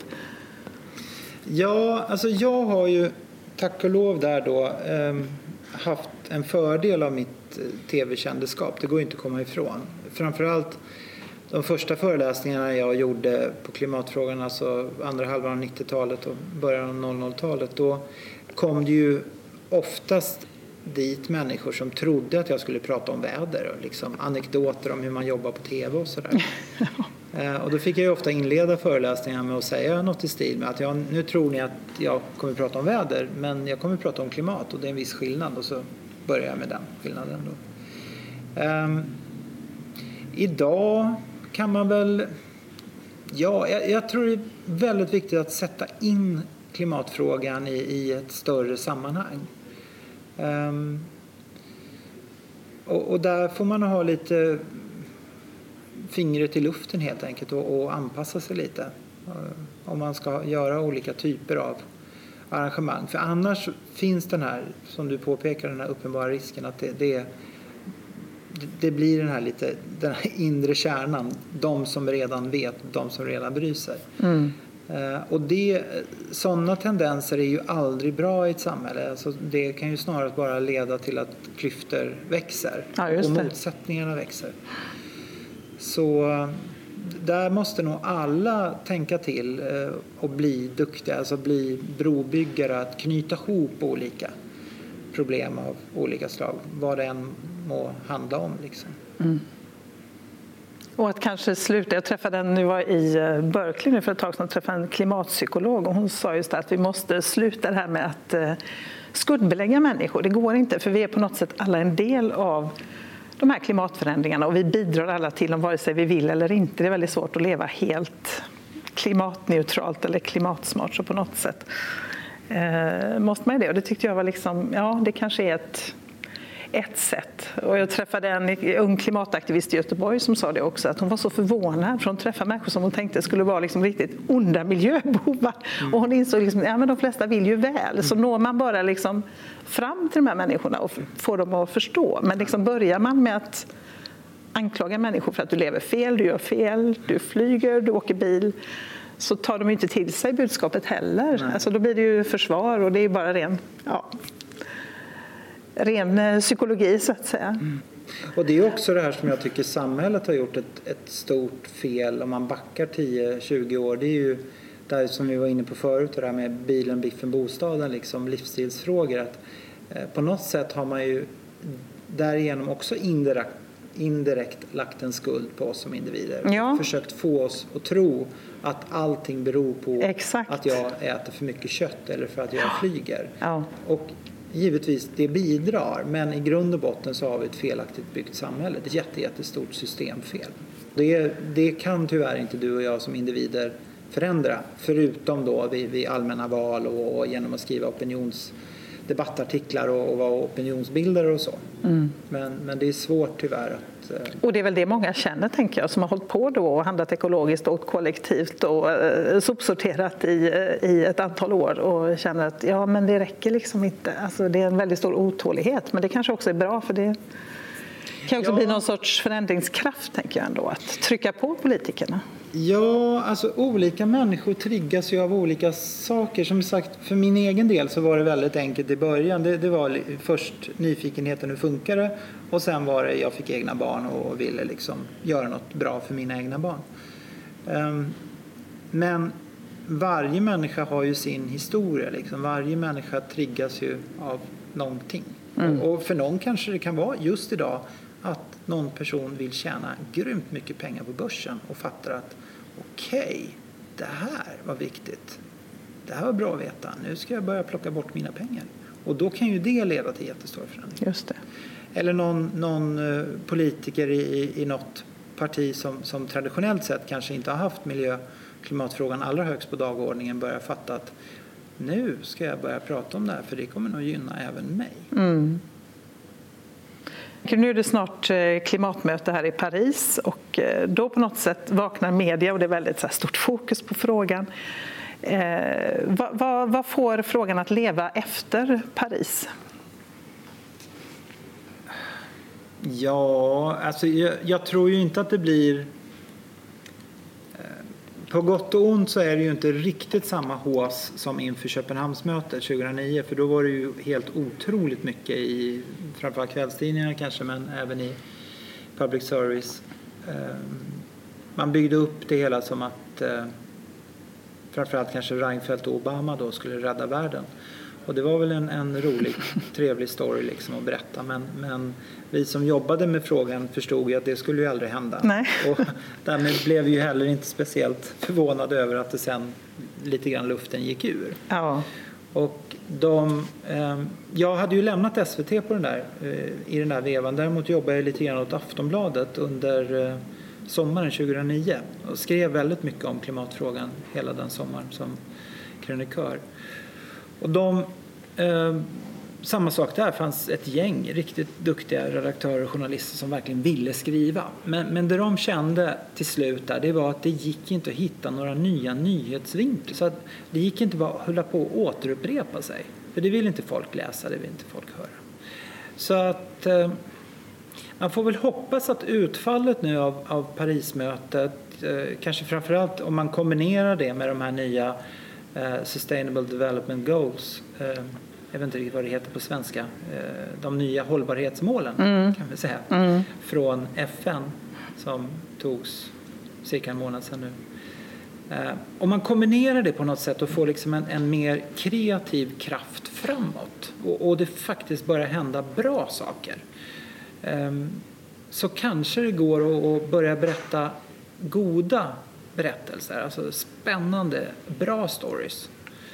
Ja, alltså jag har ju tack och lov där då eh, haft en fördel av mitt tv-kändeskap, det går ju inte att komma ifrån. Framförallt de första föreläsningarna jag gjorde på klimatfrågan, alltså andra halvan av nittiotalet och början av noll noll-talet, då kom det ju oftast dit människor som trodde att jag skulle prata om väder och liksom anekdoter om hur man jobbar på tv och sådär. Och då fick jag ju ofta inleda föreläsningar med att säga något i stil med att ja, nu tror ni att jag kommer prata om väder, men jag kommer prata om klimat och det är en viss skillnad, och så börjar jag med den skillnaden då. Um, idag kan man väl, ja, jag, jag tror det är väldigt viktigt att sätta in klimatfrågan i, i ett större sammanhang. Um, och, och där får man ha lite fingret i luften helt enkelt och, och anpassa sig lite uh, om man ska göra olika typer av arrangemang. För annars finns den här, som du påpekar, den här uppenbara risken att det, det, det blir den här lite den här inre kärnan, de som redan vet, de som redan bryr sig. Mm. Uh, och det, sådana tendenser är ju aldrig bra i ett samhälle. Alltså det kan ju snarare bara leda till att klyftor växer, ja, och motsättningarna växer. Så där måste nog alla tänka till och bli duktiga, alltså bli brobyggare, att knyta ihop olika problem av olika slag, vad det än må handla om liksom. Mm. Och att kanske sluta, jag träffade en, nu var i Berkeley nu för ett tag sedan, träffade en klimatpsykolog och hon sa just att vi måste sluta det här med att skuldbelägga människor. Det går inte, för vi är på något sätt alla en del av de här klimatförändringarna och vi bidrar alla till dem vare sig vi vill eller inte. Det är väldigt svårt att leva helt klimatneutralt eller klimatsmart, så på något sätt eh, måste man det. Och det tyckte jag var liksom, ja, det kanske är ett, ett sätt. Och jag träffade en ung klimataktivist i Göteborg som sa det också, att hon var så förvånad för hon träffade människor som hon tänkte skulle vara liksom riktigt onda miljöbovar. Mm. Och hon insåg liksom, ja men de flesta vill ju väl. Mm. Så når man bara liksom fram till de här människorna och får dem att förstå. Men liksom börjar man med att anklaga människor för att du lever fel, du gör fel, du flyger, du åker bil, så tar de inte till sig budskapet heller. Alltså då blir det ju försvar och det är bara ren, ja, ren psykologi så att säga. Mm. Och det är också det här som jag tycker samhället har gjort ett, ett stort fel om man backar tio tjugo år. Det är ju där som vi var inne på förut, det här med bilen, biffen, bostaden, liksom livsstilsfrågor. Att, eh, på något sätt har man ju därigenom också indirekt, indirekt lagt en skuld på oss som individer. Ja. Försökt få oss att tro att allting beror på Exakt. att jag äter för mycket kött eller för att jag flyger. Ja. Och givetvis det bidrar, men i grund och botten så har vi ett felaktigt byggt samhälle. Ett jätte, jättestort systemfel. Det, det kan tyvärr inte du och jag som individer förändra, förutom då vid, vid allmänna val och, och genom att skriva opinionsdebattartiklar och, och vara opinionsbildare och så. Mm. Men, men det är svårt tyvärr att... Eh... Och det är väl det många känner, tänker jag, som har hållit på då och handlat ekologiskt och kollektivt och eh, sopsorterat i, i ett antal år och känner att ja, men det räcker liksom inte. Alltså, det är en väldigt stor otålighet, men det kanske också är bra för det... Det kan också Ja. bli någon sorts förändringskraft, tänker jag ändå, att trycka på politikerna. Ja, alltså olika människor triggas ju av olika saker. Som sagt, för min egen del så var det väldigt enkelt i början. Det, det var först nyfikenheten, hur funkar det? Och sen var det, jag fick egna barn och ville liksom göra något bra för mina egna barn. Um, men varje människa har ju sin historia. Liksom. Varje människa triggas ju av någonting. Mm. Och, och för någon kanske det kan vara just idag att någon person vill tjäna grymt mycket pengar på börsen och fattar att okej, okay, det här var viktigt. Det här var bra att veta. Nu ska jag börja plocka bort mina pengar. Och då kan ju det leda till jättestora förändringar. Just det. Eller någon, någon politiker i, i något parti som, som traditionellt sett kanske inte har haft miljö- och klimatfrågan allra högst på dagordningen börjar fatta att nu ska jag börja prata om det här för det kommer nog gynna även mig. Mm. Nu är det snart klimatmöte här i Paris och då på något sätt vaknar media och det är väldigt så här stort fokus på frågan. Eh, vad, vad, vad får frågan att leva efter Paris? Ja, alltså jag, jag tror ju inte att det blir... På gott och ont så är det ju inte riktigt samma hås som inför Köpenhamnsmötet tjugohundranio. För då var det ju helt otroligt mycket i framförallt kvällstidningarna kanske, men även i public service. Man byggde upp det hela som att framförallt kanske Reinfeldt och Obama då skulle rädda världen. Och det var väl en, en rolig, trevlig story liksom att berätta. Men, men vi som jobbade med frågan förstod ju att det skulle ju aldrig hända. Nej. Och därmed blev vi ju heller inte speciellt förvånade över att det sen lite grann luften gick ur. Ja. Och de, eh, jag hade ju lämnat S V T på den där, eh, i den där vevan. Däremot jobbade jag lite grann åt Aftonbladet under eh, sommaren tjugohundranio. Och skrev väldigt mycket om klimatfrågan hela den sommaren som krönikör. Och de, eh, samma sak där, fanns ett gäng riktigt duktiga redaktörer och journalister som verkligen ville skriva. Men, men det de kände till slut där, det var att det gick inte att hitta några nya nyhetsvinklar. Så att det gick inte bara att hålla på och återupprepa sig. För det vill inte folk läsa, det vill inte folk höra. Så att eh, man får väl hoppas att utfallet nu av, av Parismötet, eh, kanske framförallt om man kombinerar det med de här nya Uh, Sustainable Development Goals, uh, jag vet inte riktigt vad det heter på svenska, uh, de nya hållbarhetsmålen mm. kan vi säga, mm. från F N som togs cirka en månad sedan nu. Uh, om man kombinerar det på något sätt och får liksom en, en mer kreativ kraft framåt och, och det faktiskt börjar hända bra saker, um, så kanske det går att, att börja berätta goda berättelser, alltså spännande, bra stories.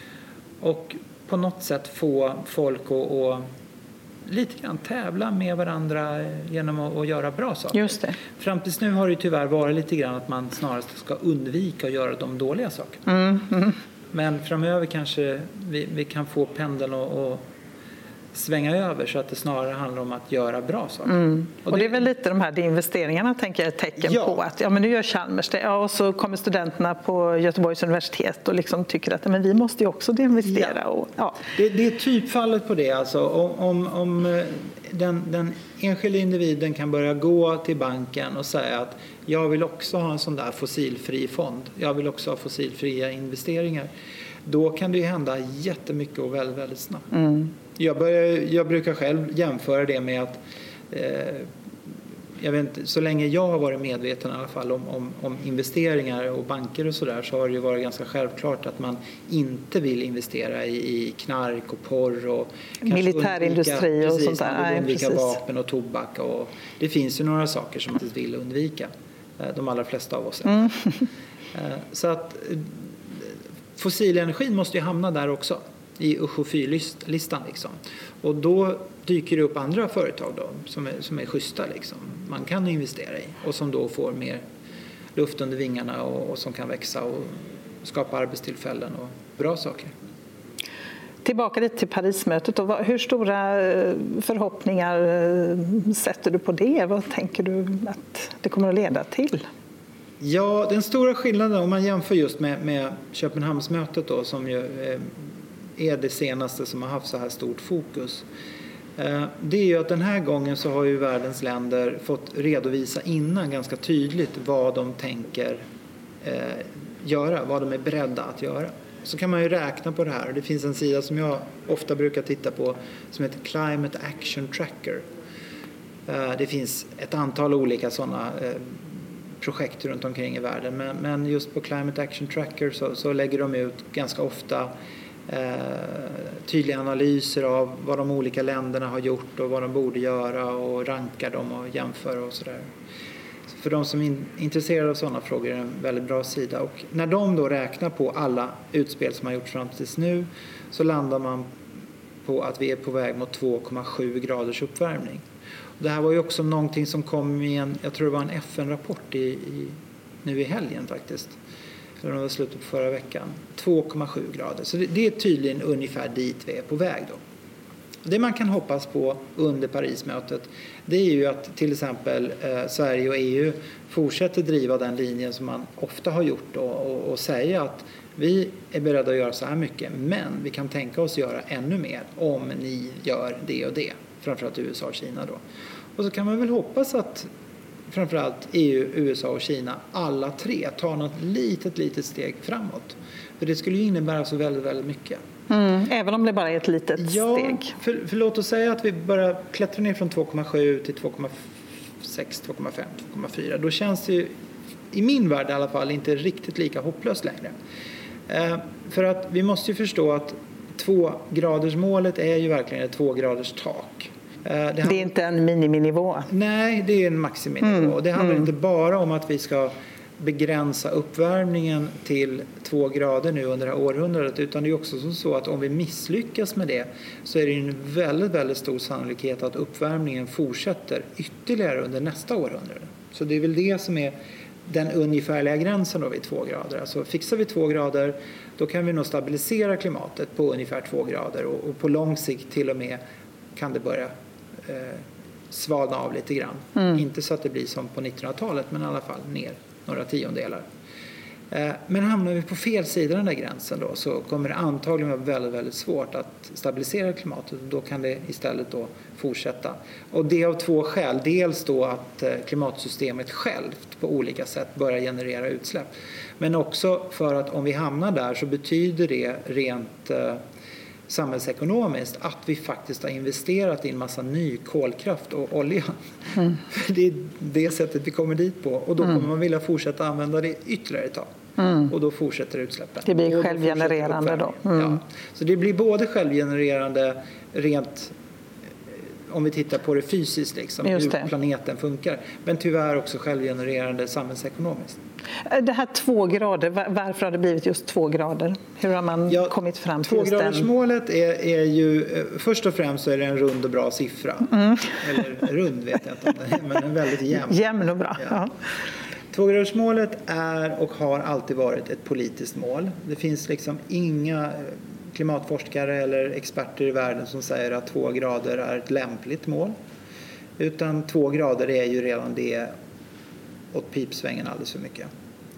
Och på något sätt få folk att, att lite grann tävla med varandra genom att, att göra bra saker. Just det. Fram tills nu har det tyvärr varit lite grann att man snarast ska undvika att göra de dåliga sakerna. Mm, mm. Men framöver kanske vi, vi kan få pendeln och, och svänga över så att det snarare handlar om att göra bra saker. Mm. Och, och det är väl lite de här investeringarna, tänker jag, ett tecken ja. på att ja, men nu gör Chalmers det. Ja, och så kommer studenterna på Göteborgs universitet och liksom tycker att men vi måste ju också investera. Ja. Och, ja. det, det är typfallet på det. Alltså, om om den, den enskilda individen kan börja gå till banken och säga att jag vill också ha en sån där fossilfri fond. Jag vill också ha fossilfria investeringar. Då kan det ju hända jättemycket och väldigt, väldigt snabbt. Mm. Jag, börjar, jag brukar själv jämföra det med att eh, jag vet inte, så länge jag har varit medveten i alla fall om, om, om investeringar och banker och sådär, så har det ju varit ganska självklart att man inte vill investera i, i knark och porr och militärindustri undvika, och precis, sånt där. Man vill undvika vapen och tobak och det finns ju några saker som man inte vill undvika, de allra flesta av oss. Mm. Så att fossilenergin måste ju hamna där också i U H F Y-listan liksom. Och då dyker det upp andra företag då som är, som är schyssta liksom. Man kan investera i och som då får mer luft under vingarna och, och som kan växa och skapa arbetstillfällen och bra saker. Tillbaka lite till Parismötet och hur stora förhoppningar sätter du på det? Vad tänker du att det kommer att leda till? Ja, den stora skillnaden om man jämför just med, med Köpenhamnsmötet då, som ju är det senaste som har haft så här stort fokus. Det är ju att den här gången så har ju världens länder fått redovisa innan ganska tydligt vad de tänker eh, göra, vad de är beredda att göra. Så kan man ju räkna på det här. Det finns en sida som jag ofta brukar titta på som heter Climate Action Tracker. Eh, det finns ett antal olika sådana eh, projekt runt omkring i världen, men, men just på Climate Action Tracker så, så lägger de ut ganska ofta Eh, tydliga analyser av vad de olika länderna har gjort och vad de borde göra och rankar dem och jämför och sådär. Så för de som är in, intresserade av sådana frågor är det en väldigt bra sida. Och när de då räknar på alla utspel som har gjorts fram tills nu så landar man på att vi är på väg mot två komma sju graders uppvärmning. Och det här var ju också någonting som kom i en, jag tror det var en F N-rapport i, i, nu i helgen faktiskt. Eller det var slutet på förra veckan. två komma sju grader. Så det, det är tydligen ungefär dit vi är på väg då. Det man kan hoppas på under Parismötet, det är ju att till exempel eh, Sverige och E U fortsätter driva den linjen som man ofta har gjort då, och, och säga att vi är beredda att göra så här mycket, men vi kan tänka oss göra ännu mer om ni gör det och det. Framförallt U S A och Kina då. Och så kan man väl hoppas att framförallt E U, U S A och Kina, alla tre tar något litet, litet steg framåt. För det skulle ju innebära så väldigt, väldigt mycket. Mm, även om det bara är ett litet ja, steg. För, för låt oss säga att vi börjar klättra ner från två komma sju till två komma sex, två komma fem, två komma fyra. Då känns det ju, i min värld i alla fall, inte riktigt lika hopplöst längre. Eh, för att vi måste ju förstå att tvågradersmålet är ju verkligen ett tvågraders tak. Det, har... det är inte en miniminivå. Nej, det är en maximinivå. Mm. Det handlar mm. inte bara om att vi ska begränsa uppvärmningen till två grader nu under det här århundradet, utan det är också så att om vi misslyckas med det så är det en väldigt, väldigt stor sannolikhet att uppvärmningen fortsätter ytterligare under nästa århundrade. Så det är väl det som är den ungefärliga gränsen då vid två grader. Alltså fixar vi två grader, då kan vi nog stabilisera klimatet på ungefär två grader och, och på lång sikt till och med kan det börja eh, svalna av lite grann. Mm. Inte så att det blir som på nittonhundratalet, men i alla fall ner några tiondelar. Eh, men hamnar vi på fel sida den där gränsen då, så kommer det antagligen vara väldigt, väldigt svårt att stabilisera klimatet, och då kan det istället då fortsätta. Och det av två skäl. Dels då att eh, klimatsystemet självt på olika sätt börjar generera utsläpp. Men också för att om vi hamnar där så betyder det rent eh, samhällsekonomiskt att vi faktiskt har investerat i en massa ny kolkraft och olja. Mm. Det är det sättet vi kommer dit på, och då kommer mm. man vilja fortsätta använda det ytterligare ett tag. Mm. Och då fortsätter utsläppen. Det blir självgenererande då. Mm. Ja. Så det blir både självgenererande rent om vi tittar på det fysiskt, liksom, hur planeten funkar. Men tyvärr också självgenererande samhällsekonomiskt. Det här två grader, varför har det blivit just två grader? Hur har man ja, kommit fram till just den? Tvågradersmålet är, är ju, först och främst så är det en rund och bra siffra. Mm. Eller rund vet jag inte om det är, men en väldigt jämn. Jämn och bra, ja. Ja. Tvågradersmålet är och har alltid varit ett politiskt mål. Det finns liksom inga klimatforskare eller experter i världen som säger att två grader är ett lämpligt mål. Utan två grader är ju redan det åt pipsvängen alldeles för mycket.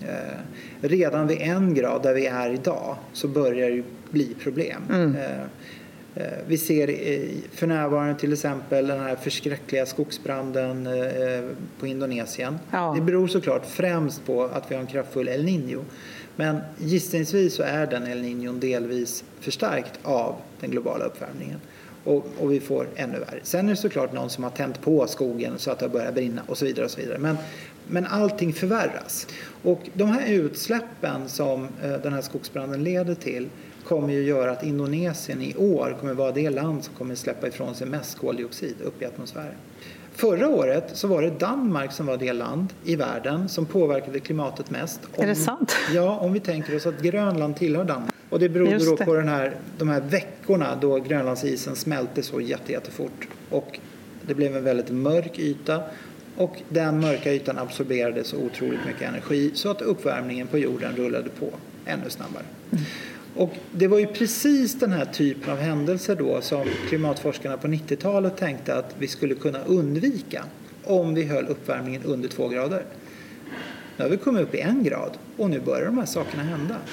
Eh, redan vid en grad där vi är idag så börjar det bli problem. Mm. Eh, eh, vi ser eh, för närvarande till exempel den här förskräckliga skogsbranden eh, på Indonesien. Ja. Det beror såklart främst på att vi har en kraftfull El Niño. Men gissningsvis så är den El Niñon delvis förstärkt av den globala uppvärmningen. Och, och vi får ännu värre. Sen är det såklart någon som har tänt på skogen så att det börjar brinna och så vidare. Och så vidare. Men, men allting förvärras. Och de här utsläppen som eh, den här skogsbranden leder till kommer ju göra att Indonesien i år kommer vara det land som kommer släppa ifrån sig mest koldioxid upp i atmosfären. Förra året så var det Danmark som var det land i världen som påverkade klimatet mest. Om, är det sant? Ja, om vi tänker oss att Grönland tillhör Danmark. Och det berodde då på den här, de här veckorna då Grönlandsisen smälte så jätte, jättefort. Och det blev en väldigt mörk yta. Och den mörka ytan absorberade så otroligt mycket energi så att uppvärmningen på jorden rullade på ännu snabbare. Mm. Och det var ju precis den här typen av händelser då som klimatforskarna på nittiotalet tänkte att vi skulle kunna undvika om vi höll uppvärmningen under två grader. Nu har vi kommit upp i en grad och nu börjar de här sakerna hända.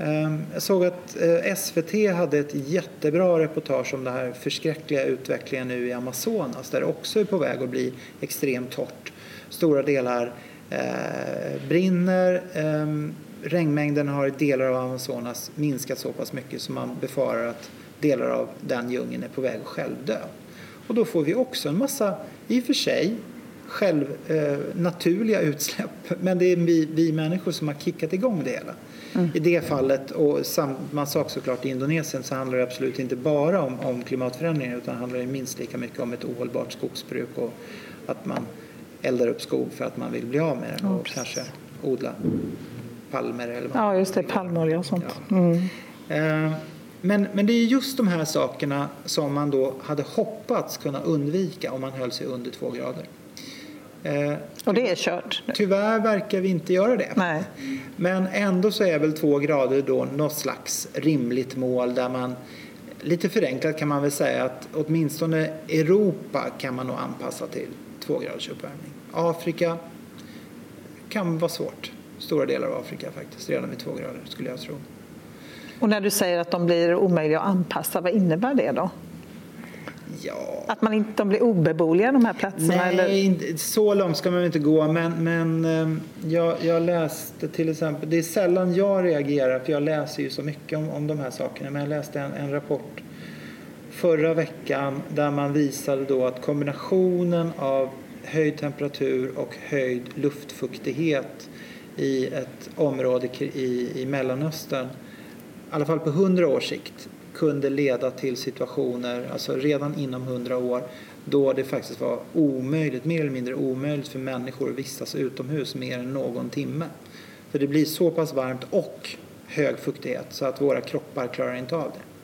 Jag såg att S V T hade ett jättebra reportage om den här förskräckliga utvecklingen nu i Amazonas, där det också är på väg att bli extremt torrt. Stora delar eh, brinner, eh, regnmängden har i delar av Amazonas minskat så pass mycket som man befarar att delar av den djungeln är på väg att självdö. Och då får vi också en massa, i och för sig, själv, eh, naturliga utsläpp, men det är vi, vi människor som har kickat igång det hela. Mm. I det fallet, och samma sak såklart i Indonesien, så handlar det absolut inte bara om, om klimatförändringar, utan handlar det minst lika mycket om ett ohållbart skogsbruk och att man eldar upp skog för att man vill bli av med den och ja, kanske odla palmer eller vad. Ja, just det, palmolja och sånt. Ja. Mm. Eh, men, men det är just de här sakerna som man då hade hoppats kunna undvika om man höll sig under två grader. Eh, och det är kört. Tyvärr verkar vi inte göra det. Nej. Men ändå så är väl två grader då något slags rimligt mål där man, lite förenklat kan man väl säga att åtminstone Europa kan man nog anpassa till två graders uppvärmning. Afrika kan vara svårt. Stora delar av Afrika faktiskt, redan med två grader skulle jag tro. Och när du säger att de blir omöjliga att anpassa, vad innebär det då? Ja. Att man inte, de blir obeboeliga de här platserna? Nej, eller? Inte, så långt ska man inte gå. Men, men jag, jag läste till exempel, det är sällan jag reagerar för jag läser ju så mycket om, om de här sakerna. Men jag läste en, en rapport förra veckan där man visade då att kombinationen av höjd temperatur och höjd luftfuktighet i ett område i, i Mellanöstern, i alla fall på hundra års sikt, kunde leda till situationer, alltså redan inom hundra år, då det faktiskt var omöjligt, mer eller mindre omöjligt för människor att vistas utomhus mer än någon timme. För det blir så pass varmt och hög fuktighet så att våra kroppar klarar inte av det.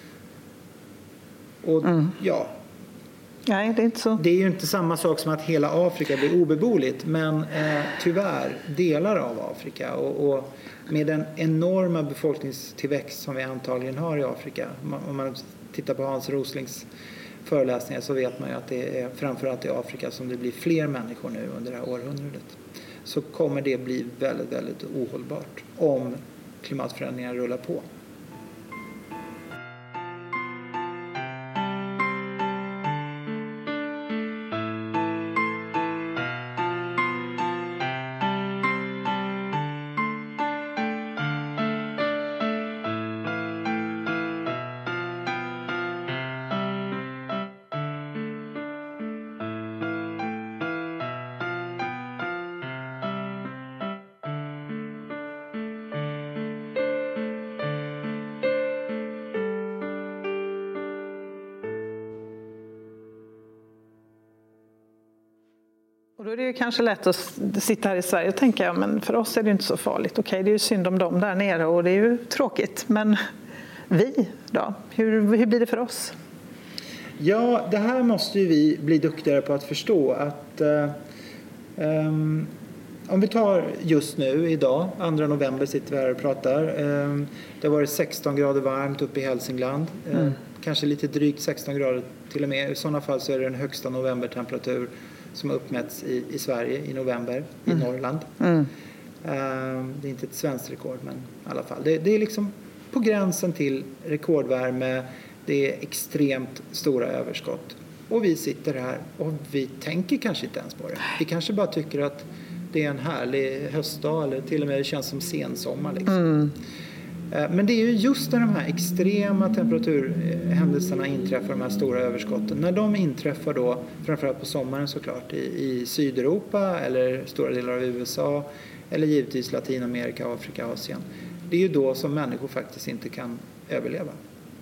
Och mm. ja, Nej, det är inte så. Det är ju inte samma sak som att hela Afrika blir obeboeligt, men eh, tyvärr delar av Afrika och, och med den enorma befolkningstillväxt som vi antagligen har i Afrika. Om man tittar på Hans Roslings föreläsningar så vet man ju att det är framförallt i Afrika som det blir fler människor nu under det här århundradet. Så kommer det bli väldigt, väldigt ohållbart om klimatförändringar rullar på. Och då är det ju kanske lätt att sitta här i Sverige och tänka, ja, men för oss är det inte så farligt. Okej, det är ju synd om dem där nere och det är ju tråkigt. Men vi då? Hur, hur blir det för oss? Ja, det här måste ju vi bli duktigare på att förstå. Att eh, um, om vi tar just nu, idag, andra november sitter vi här och pratar. Eh, det har varit sexton grader varmt uppe i Hälsingland. Eh, mm. Kanske lite drygt sexton grader till och med. I sådana fall så är det den högsta novembertemperatur som har uppmätts i, i Sverige i november i mm. Norrland. Mm. Uh, det är inte ett svenskt rekord, men i alla fall. Det, det är liksom på gränsen till rekordvärme. Det är extremt stora överskott. Och vi sitter här och vi tänker kanske inte ens på det. Vi kanske bara tycker att det är en härlig höstdag eller till och med det känns som sensommar. Liksom. Mm. Men det är ju just när de här extrema temperaturhändelserna inträffar, de här stora överskotten. När de inträffar då, framförallt på sommaren såklart, i, i Sydeuropa eller stora delar av U S A eller givetvis Latinamerika, Afrika, Asien. Det är ju då som människor faktiskt inte kan överleva.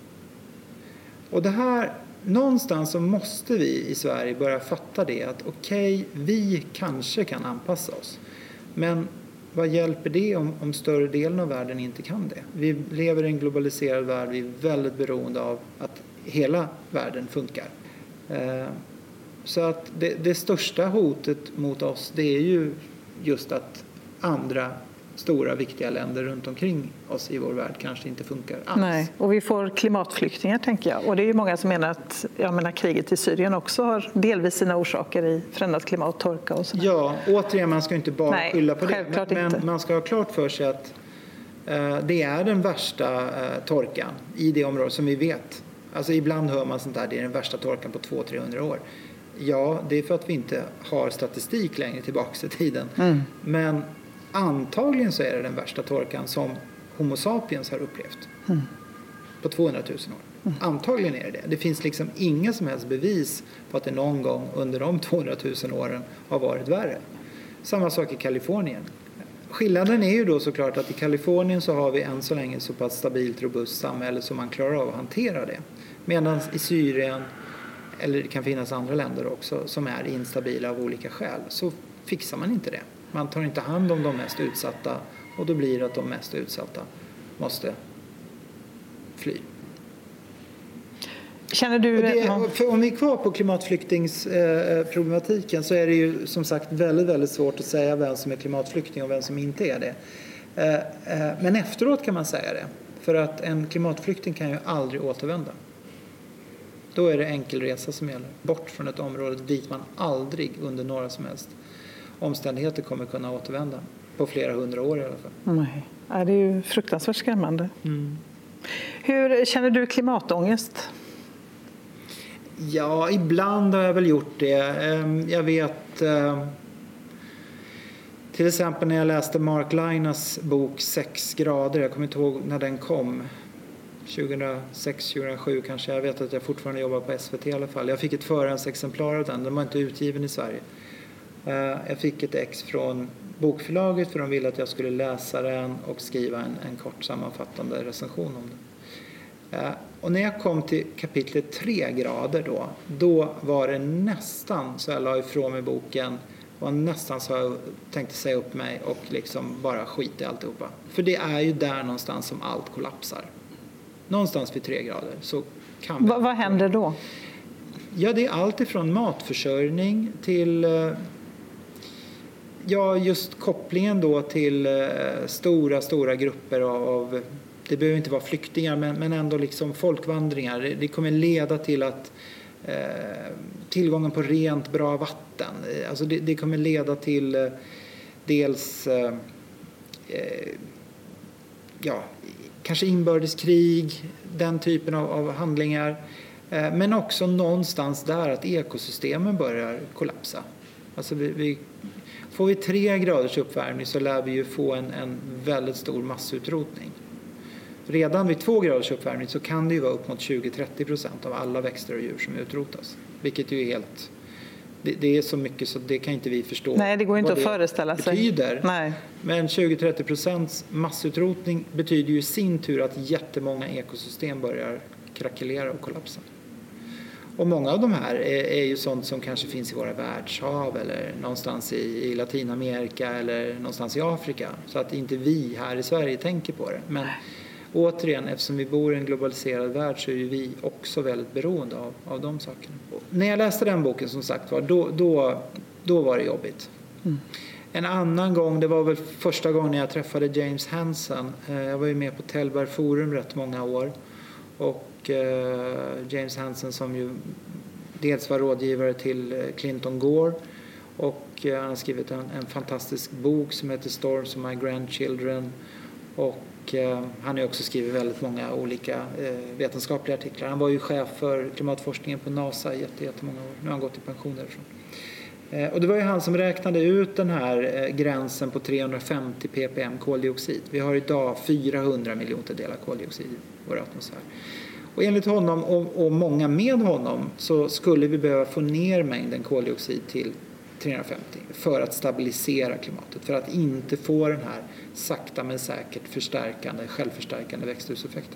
Och det här, någonstans så måste vi i Sverige börja fatta det att okej, okay, vi kanske kan anpassa oss. Men vad hjälper det om, om större delen av världen inte kan det? Vi lever i en globaliserad värld. Vi är väldigt beroende av att hela världen funkar. Eh, så att det, det största hotet mot oss, det är ju just att andra stora viktiga länder runt omkring oss i vår värld kanske inte funkar alls. Nej, och vi får klimatflyktingar, tänker jag. Och det är ju många som menar att jag menar, kriget i Syrien också har delvis sina orsaker i förändrat klimat, torka och sådär. Ja, återigen, man ska inte bara Nej, skylla på det. Men inte. man ska ha klart för sig att Det är den värsta torkan i det området som vi vet. Alltså ibland hör man sånt där, det är den värsta torkan på två till trehundra år. Ja, det är för att vi inte har statistik längre tillbaka i tiden. Mm. Men antagligen så är det den värsta torkan som Homo sapiens har upplevt. Mm. På tvåhundratusen år. Mm. Antagligen är det det. Det finns liksom inga som helst bevis på att det någon gång under de tvåhundratusen åren har varit värre. Samma sak i Kalifornien. Skillnaden är ju då såklart att i Kalifornien så har vi än så länge så pass stabilt robust samhälle som man klarar av att hantera det. Medan i Syrien, eller det kan finnas andra länder också som är instabila av olika skäl, så fixar man inte det. Man tar inte hand om de mest utsatta och då blir det att de mest utsatta måste fly. Känner du... Det, för om vi är kvar på klimatflyktingsproblematiken så är det ju som sagt väldigt, väldigt svårt att säga vem som är klimatflykting och vem som inte är det. Men efteråt kan man säga det. För att en klimatflykting kan ju aldrig återvända. Då är det enkel resa som gäller. Bort från ett område dit man aldrig under några som helst omständigheter kommer kunna återvända. På flera hundra år i alla fall. Nej, det är ju fruktansvärt skrämmande. Mm. Hur känner du klimatångest? Ja, ibland har jag väl gjort det. Jag vet till exempel när jag läste Mark Linas bok Sex grader. Jag kommer inte ihåg när den kom. tjugohundrasex tjugohundrasju kanske. Jag vet att jag fortfarande jobbar på S V T i alla fall. Jag fick ett förhandsexemplar av den. Den var inte utgiven i Sverige. Jag fick ett ex från bokförlaget för de ville att jag skulle läsa den och skriva en, en kort sammanfattande recension om den. Och när jag kom till kapitlet tre grader då, då var det nästan så jag la ifrån mig boken och nästan så jag tänkte säga upp mig och liksom bara skita i alltihopa. För det är ju där någonstans som allt kollapsar. Någonstans vid tre grader så kan Va, vad händer då? Ja, det är allt ifrån matförsörjning till ja, just kopplingen då till stora, stora grupper av, det behöver inte vara flyktingar men, men ändå liksom folkvandringar. Det kommer leda till att eh, tillgången på rent, bra vatten, alltså det, det kommer leda till eh, dels eh, ja, kanske inbördeskrig, den typen av, av handlingar. Eh, men också någonstans där att ekosystemen börjar kollapsa. Alltså vi, vi, får vi tre graders uppvärmning så lär vi ju få en, en väldigt stor massutrotning. Redan vid två graders uppvärmning så kan det ju vara upp mot tjugo till trettio procent av alla växter och djur som utrotas. Vilket ju är helt... Det, det är så mycket så det kan inte vi förstå. Nej, det går inte att föreställa sig. Betyder. Nej. Men tjugo till trettio procents massutrotning betyder ju i sin tur att jättemånga ekosystem börjar krackelera och kollapsa. Och många av de här är, är ju sånt som kanske finns i våra världshav eller någonstans i, i Latinamerika eller någonstans i Afrika. Så att inte vi här i Sverige tänker på det. Men återigen, eftersom vi bor i en globaliserad värld så är ju vi också väldigt beroende av, av de sakerna. Och när jag läste den boken som sagt var, då, då, då var det jobbigt. Mm. En annan gång, det var väl första gången jag träffade James Hansen. Jag var ju med på Tällberg Forum rätt många år. Och eh, James Hansen som ju dels var rådgivare till Clinton Gore. Och eh, han har skrivit en, en fantastisk bok som heter Storms of My Grandchildren. Och han har också skrivit väldigt många olika vetenskapliga artiklar. Han var ju chef för klimatforskningen på NASA i jättemånga år. Nu har han gått i pension därifrån. Och det var ju han som räknade ut den här gränsen på trehundrafemtio ppm koldioxid. Vi har idag fyrahundra miljondelar koldioxid i vår atmosfär. Och enligt honom och, och många med honom så skulle vi behöva få ner mängden koldioxid till trehundrafemtio för att stabilisera klimatet. För att inte få den här sakta men säkert förstärkande, självförstärkande växthuseffekten.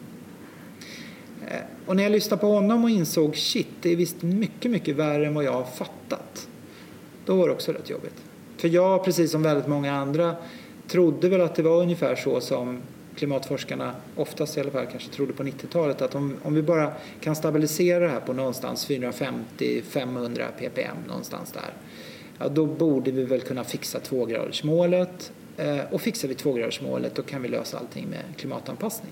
Och när jag lyssnade på honom och insåg shit, det är visst mycket, mycket värre än vad jag har fattat. Då var det också rätt jobbigt. För jag, precis som väldigt många andra, trodde väl att det var ungefär så som klimatforskarna oftast i alla fall kanske trodde på nittiotalet. Att om, om vi bara kan stabilisera det här på någonstans fyrahundrafemtio till femhundra ppm någonstans där. Ja, då borde vi väl kunna fixa tvågradersmålet. Eh, och fixar vi tvågradersmålet då kan vi lösa allting med klimatanpassning.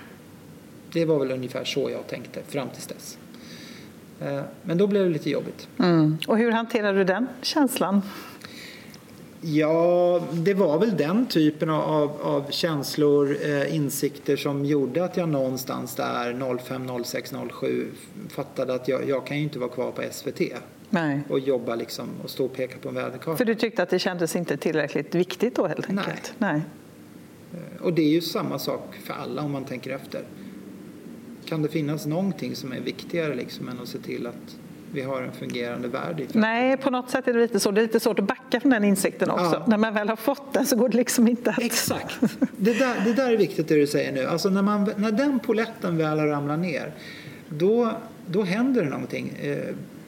Det var väl ungefär så jag tänkte fram till dess. Eh, men då blev det lite jobbigt. Mm. Och hur hanterar du den känslan? Ja, det var väl den typen av, av känslor, eh, insikter som gjorde att jag någonstans där noll fem, noll sex, noll sju fattade att jag, jag kan ju inte vara kvar på S V T. Nej. Och jobba liksom och stå och peka på en väderkarta. För du tyckte att det kändes inte tillräckligt viktigt då helt enkelt? Nej. Nej. Och det är ju samma sak för alla om man tänker efter. Kan det finnas någonting som är viktigare liksom än att se till att vi har en fungerande värld? Nej, på något sätt är det lite så. Det är lite svårt att backa från den insikten också. Ja. När man väl har fått den så går det liksom inte att... Exakt. Det där, det där är viktigt det du säger nu. Alltså när, man, när den poletten väl har ramlat ner, då, då händer det någonting eh,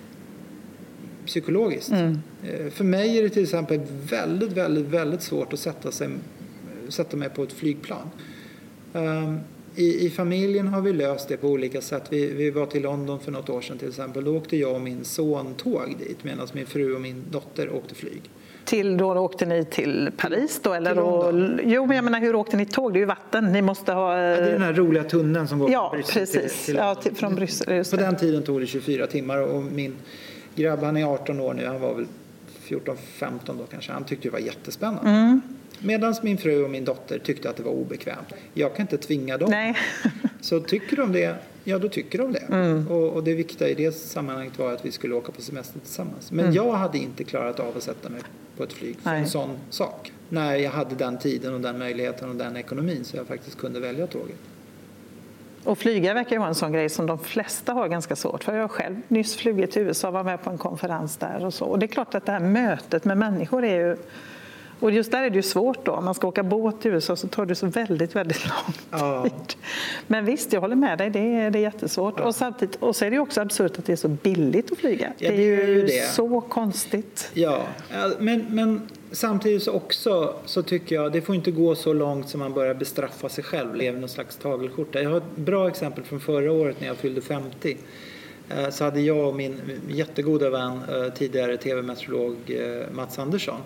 psykologiskt. Mm. Eh, för mig är det till exempel väldigt, väldigt, väldigt svårt att sätta, sig, sätta mig på ett flygplan. Um, I, I familjen har vi löst det på olika sätt. Vi, vi var till London för något år sedan till exempel. Då åkte jag och min son tåg dit medan min fru och min dotter åkte flyg. Till då åkte ni till Paris då? Eller då, jo, men jag menar, hur åkte ni tåg? Det är ju vatten. Ni måste ha... Ja, det är den här roliga tunneln som går ja, från Bryssel precis. till, till ja, till, från Bryssel. Just på det. den tiden tog det tjugofyra timmar och min grabb, han är arton år nu. Han var väl fjorton femton då kanske. Han tyckte det var jättespännande. Mm. Medan min fru och min dotter tyckte att det var obekvämt. Jag kan inte tvinga dem. Nej. Så tycker de det, ja då tycker de det. Mm. Och, och det viktiga i det sammanhanget var att vi skulle åka på semester tillsammans. Men mm. jag hade inte klarat av att sätta mig på ett flyg för Nej. en sån sak. När jag hade den tiden och den möjligheten och den ekonomin så jag faktiskt kunde välja tåget. Och flyga verkar ju vara en sån grej som de flesta har ganska svårt. För jag har själv nyss flugit till U S A och var med på en konferens där och så. Och det är klart att det här mötet med människor är ju... Och just där är det ju svårt då. Om man ska åka båt till U S A så tar det så väldigt, väldigt lång ja. tid. Men visst, jag håller med dig. Det är, det är jättesvårt. Ja. Och, samtidigt, och så är det ju också absurt att det är så billigt att flyga. Ja, det, det är ju det. Så konstigt. Ja, men, men samtidigt så också så tycker jag det får inte gå så långt som man börjar bestraffa sig själv. Lever någon slags tagelskjorta. Jag har ett bra exempel från förra året när jag fyllde femtio. Så hade jag och min jättegoda vän, tidigare tv-meteorolog Mats Andersson.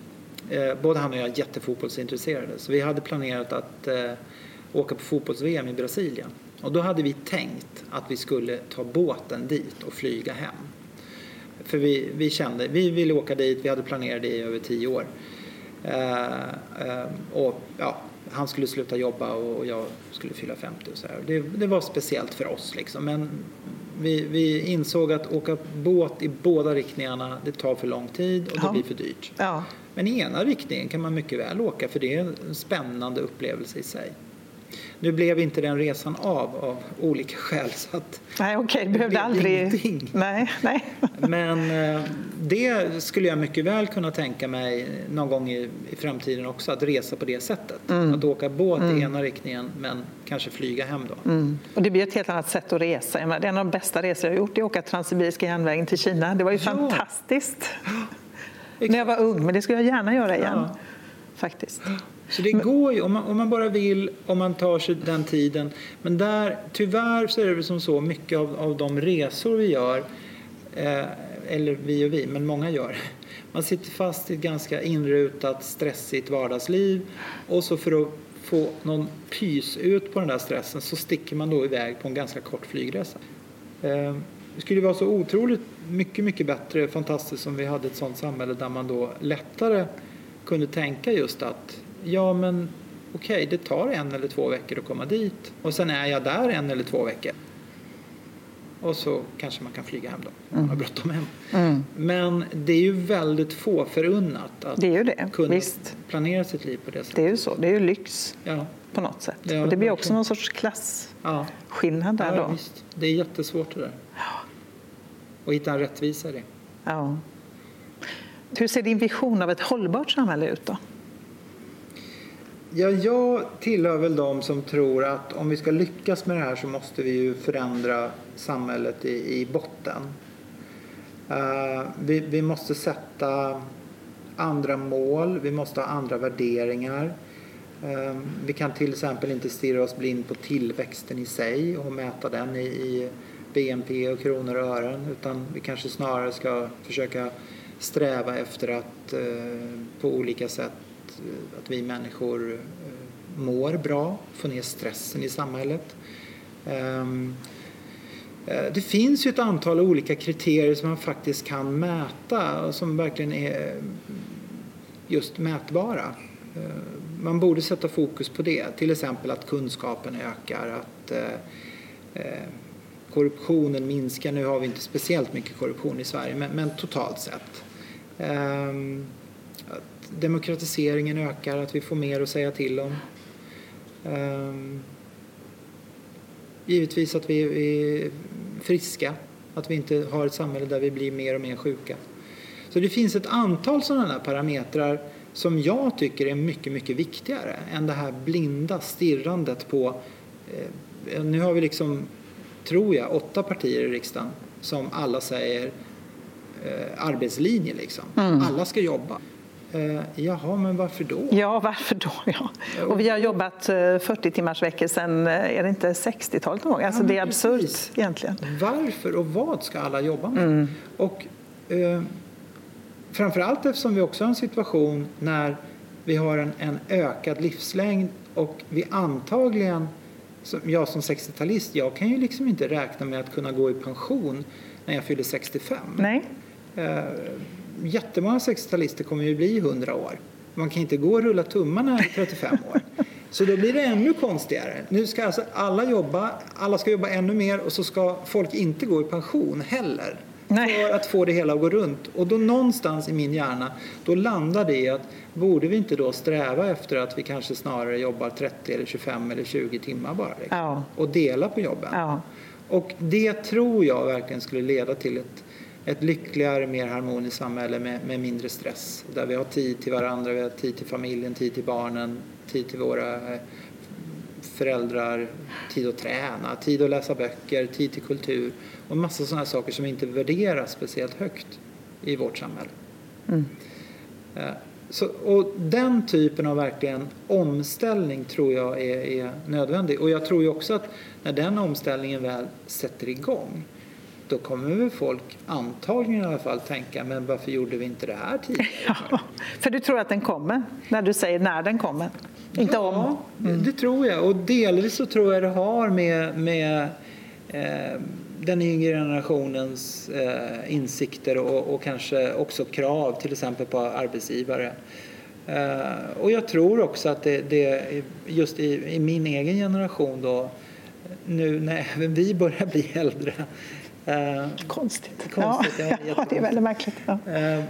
Både han och jag är jättefotbollsintresserade. Så vi hade planerat att eh, åka på fotbolls-V M i Brasilien. Och då hade vi tänkt att vi skulle ta båten dit och flyga hem. För vi, vi kände, vi ville åka dit, vi hade planerat det i över tio år. Eh, eh, och ja, han skulle sluta jobba och jag skulle fylla femtio och så här. Det, det var speciellt för oss liksom. Men vi, vi insåg att åka båt i båda riktningarna, det tar för lång tid och det ja. blir för dyrt. Ja. Men i ena riktningen kan man mycket väl åka för det är en spännande upplevelse i sig. Nu blev inte den resan av av olika skäl så att nej, okej, okay, det behövde aldrig. Nej, nej. Men eh, det skulle jag mycket väl kunna tänka mig någon gång i, i framtiden också att resa på det sättet. Mm. Att åka båt mm. i ena riktningen men kanske flyga hem då. Mm. Och det blir ett helt annat sätt att resa. Det är en av de bästa resor jag har gjort, det är att åka Transsibiriska järnvägen till Kina. Det var ju ja. fantastiskt. När jag var ung, men det skulle jag gärna göra igen. Ja. Faktiskt. Så det går ju, om man, om man bara vill, om man tar sig den tiden. Men där, tyvärr så är det väl som så, mycket av, av de resor vi gör, eh, eller vi och vi, men många gör. Man sitter fast i ett ganska inrutat, stressigt vardagsliv. Och så för att få någon pys ut på den där stressen så sticker man då iväg på en ganska kort flygresa. Eh, Det skulle vara så otroligt mycket, mycket bättre, fantastiskt om vi hade ett sådant samhälle där man då lättare kunde tänka just att ja men okej, okay, det tar en eller två veckor att komma dit och sen är jag där en eller två veckor. Och så kanske man kan flyga hem då, om man har bråttom hem. Mm. Men det är ju väldigt få förunnat att det är ju det. kunna Visst. planera sitt liv på det sättet. Det är ju så, det är ju lyx ja. på något sätt. Ja, och det blir också någon sorts klasskillnad ja. där ja, då. Visst. Det är jättesvårt det där. Ja. Och hitta en rättvisa i det. Ja. Hur ser din vision av ett hållbart samhälle ut då? Ja, jag tillhör väl de som tror att om vi ska lyckas med det här så måste vi ju förändra samhället i, i botten. Uh, vi, vi måste sätta andra mål, vi måste ha andra värderingar. Uh, vi kan till exempel inte stirra oss blind på tillväxten i sig och mäta den i, i B N P och kronor och ören, utan vi kanske snarare ska försöka sträva efter att uh, på olika sätt att vi människor mår bra, får ner stressen i samhället. Det finns ju ett antal olika kriterier som man faktiskt kan mäta och som verkligen är just mätbara. Man borde sätta fokus på det. Till exempel att kunskapen ökar, att eh, korruptionen minskar. Nu har vi inte speciellt mycket korruption i Sverige, men, men totalt sett. Eh, att demokratiseringen ökar, att vi får mer att säga till om. Eh, givetvis att vi är friska, att vi inte har ett samhälle där vi blir mer och mer sjuka. Så det finns ett antal sådana här parametrar som jag tycker är mycket, mycket viktigare än det här blinda stirrandet på... Eh, nu har vi liksom, tror jag, åtta partier i riksdagen som alla säger eh, arbetslinje liksom. Mm. Alla ska jobba. Eh, jaha, men varför då? Ja, varför då? Ja. Och vi har jobbat fyrtio timmars veckor sedan, är det inte sextiotalet någon gång? Alltså ja, det är absurt precis. Egentligen. Varför och vad ska alla jobba med? Mm. Och... Eh, Framförallt eftersom vi också har en situation när vi har en, en ökad livslängd och vi antagligen, som jag som sextiotalist, jag kan ju liksom inte räkna med att kunna gå i pension när jag fyller sextiofem. Nej. Uh, jättemånga sextiotalister kommer ju bli hundra år. Man kan inte gå och rulla tummarna i trettiofem år. Så då blir det ännu konstigare. Nu ska alltså alla jobba, alla ska jobba ännu mer och så ska folk inte gå i pension heller. Nej. För att få det hela att gå runt. Och då någonstans i min hjärna, då landar det i att borde vi inte då sträva efter att vi kanske snarare jobbar trettio eller tjugofem eller tjugo timmar bara. Liksom, ja. Och dela på jobben. Ja. Och det tror jag verkligen skulle leda till ett, ett lyckligare, mer harmoniskt samhälle med, med mindre stress. Där vi har tid till varandra, vi har tid till familjen, tid till barnen, tid till våra föräldrar, tid att träna, tid att läsa böcker, tid till kultur och massa sådana saker som inte värderas speciellt högt i vårt samhälle. Mm. Så, och den typen av verkligen omställning tror jag är, är nödvändig. Och jag tror ju också att när den omställningen väl sätter igång, då kommer väl folk antagligen i alla fall tänka, men varför gjorde vi inte det här tidigare? Ja, för du tror att den kommer, när du säger när den kommer. Inte ja, om. Mm. Det tror jag. Och delvis så tror jag det har med, med eh, den yngre generationens eh, insikter och, och kanske också krav till exempel på arbetsgivare. Eh, och jag tror också att det, det just i, i min egen generation då, nu när även vi börjar bli äldre. Eh, konstigt. konstigt ja, ja, det är väldigt märkligt. Ja. Eh,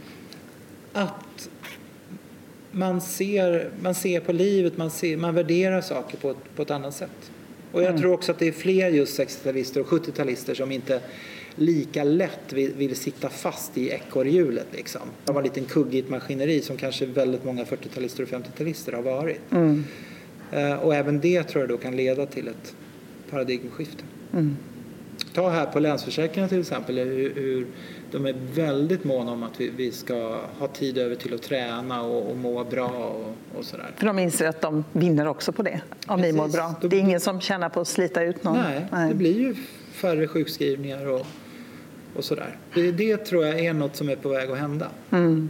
att man ser, man ser på livet, man, ser, man värderar saker på ett, på ett annat sätt. Och jag mm. tror också att det är fler just sextiotalister och sjuttiotalister som inte lika lätt vill, vill sitta fast i ekorrhjulet. Liksom. Det var en liten kugg i ett maskineri som kanske väldigt många fyrtiotalister och femtiotalister har varit. Mm. Uh, och även det tror jag då kan leda till ett paradigmskifte. Mm. Ta här på Länsförsäkringarna till exempel hur, hur de är väldigt måna om att vi, vi ska ha tid över till att träna och, och må bra och, och sådär. För de inser att de vinner också på det, om Precis. Ni mår bra. Det är ingen som tjänar på att slita ut någon. Nej, Nej. Det blir ju färre sjukskrivningar och, och sådär. Det, det tror jag är något som är på väg att hända. Mm.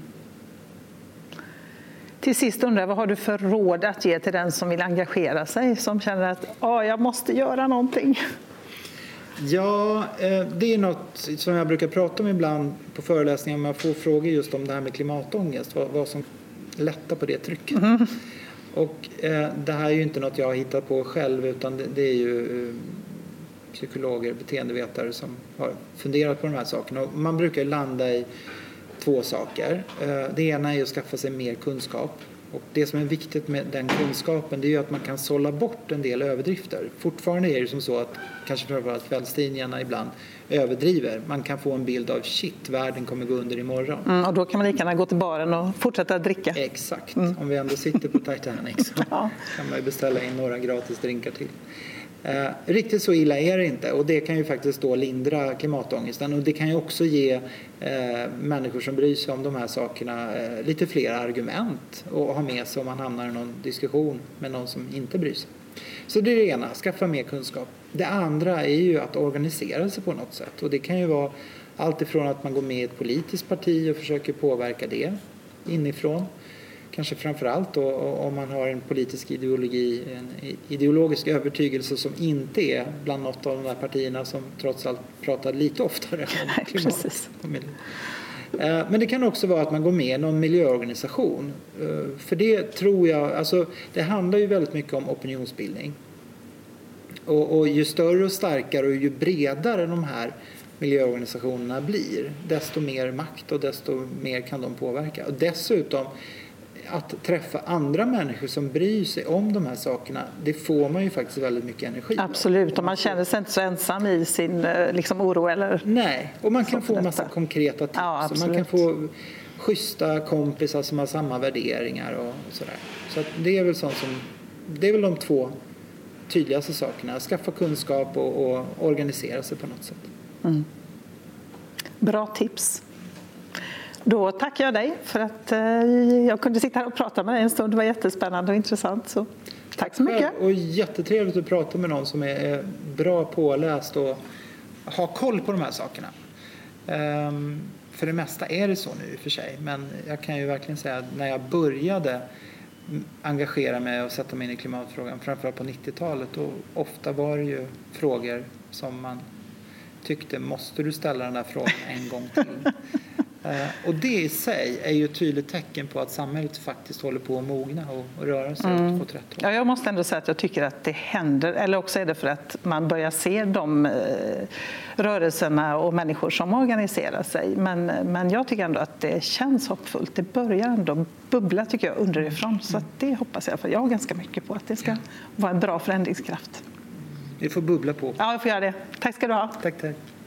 Till sist undrar jag, vad har du för råd att ge till den som vill engagera sig, som känner att ah, jag måste göra någonting? Ja, det är något som jag brukar prata om ibland på föreläsningar. Man får frågor just om det här med klimatångest. Vad, vad som lättar på det trycket. Mm. Och eh, det här är ju inte något jag har hittat på själv. Utan det, det är ju eh, psykologer, beteendevetare som har funderat på de här sakerna. Och man brukar landa i två saker. Eh, det ena är att skaffa sig mer kunskap. Och det som är viktigt med den kunskapen, det är ju att man kan sålla bort en del överdrifter. Fortfarande är det som så att kanske framförallt kvällstidningarna ibland överdriver. Man kan få en bild av shit, världen kommer gå under imorgon. Mm, och då kan man lika gärna gå till baren och fortsätta dricka. Exakt. Mm. Om vi ändå sitter på Titanic så ja. kan man ju beställa in några gratis drinkar till. Eh, riktigt så illa är det inte, och det kan ju faktiskt då lindra klimatångesten, och det kan ju också ge eh, människor som bryr sig om de här sakerna eh, lite fler argument och ha med sig om man hamnar i någon diskussion med någon som inte bryr sig. Så det är det ena, skaffa mer kunskap. Det andra är ju att organisera sig på något sätt, och det kan ju vara allt ifrån att man går med i ett politiskt parti och försöker påverka det inifrån. Kanske framförallt då om man har en politisk ideologi, en ideologisk övertygelse som inte är bland något av de där partierna som trots allt pratar lite oftare om klimat. Men det kan också vara att man går med i någon miljöorganisation. För det tror jag, alltså det handlar ju väldigt mycket om opinionsbildning. Och, och ju större och starkare och ju bredare de här miljöorganisationerna blir, desto mer makt och desto mer kan de påverka. Och dessutom att träffa andra människor som bryr sig om de här sakerna, det får man ju faktiskt väldigt mycket energi. Absolut, och man känner sig inte så ensam i sin liksom, oro eller... Nej, och man kan få en massa konkreta tips. Ja, och man kan få schyssta kompisar som har samma värderingar och sådär. Så att det är väl sånt som, det är väl de två tydligaste sakerna. Skaffa kunskap och, och organisera sig på något sätt. Mm. Bra tips. Då tackar jag dig för att eh, jag kunde sitta här och prata med dig en stund. Det var jättespännande och intressant. Så tack så mycket. Och jättetrevligt att prata med någon som är bra påläst och har koll på de här sakerna. Um, för det mesta är det så nu i och för sig. Men jag kan ju verkligen säga att när jag började engagera mig och sätta mig in i klimatfrågan, framförallt på nittiotalet, och ofta var det ju frågor som man tyckte, måste du ställa den här frågan en gång till? Uh, och det i sig är ju ett tydligt tecken på att samhället faktiskt håller på att mogna och, och röra sig mm. åt rätt håll. Ja, jag måste ändå säga att jag tycker att det händer, eller också är det för att man börjar se de uh, rörelserna och människor som organiserar sig. Men, men jag tycker ändå att det känns hoppfullt. Det börjar ändå bubbla, tycker jag, underifrån. Så att det hoppas jag, för jag har ganska mycket på att det ska ja. vara en bra förändringskraft. Vi får bubbla på. Ja, jag får göra det. Tack ska du ha. Tack, tack.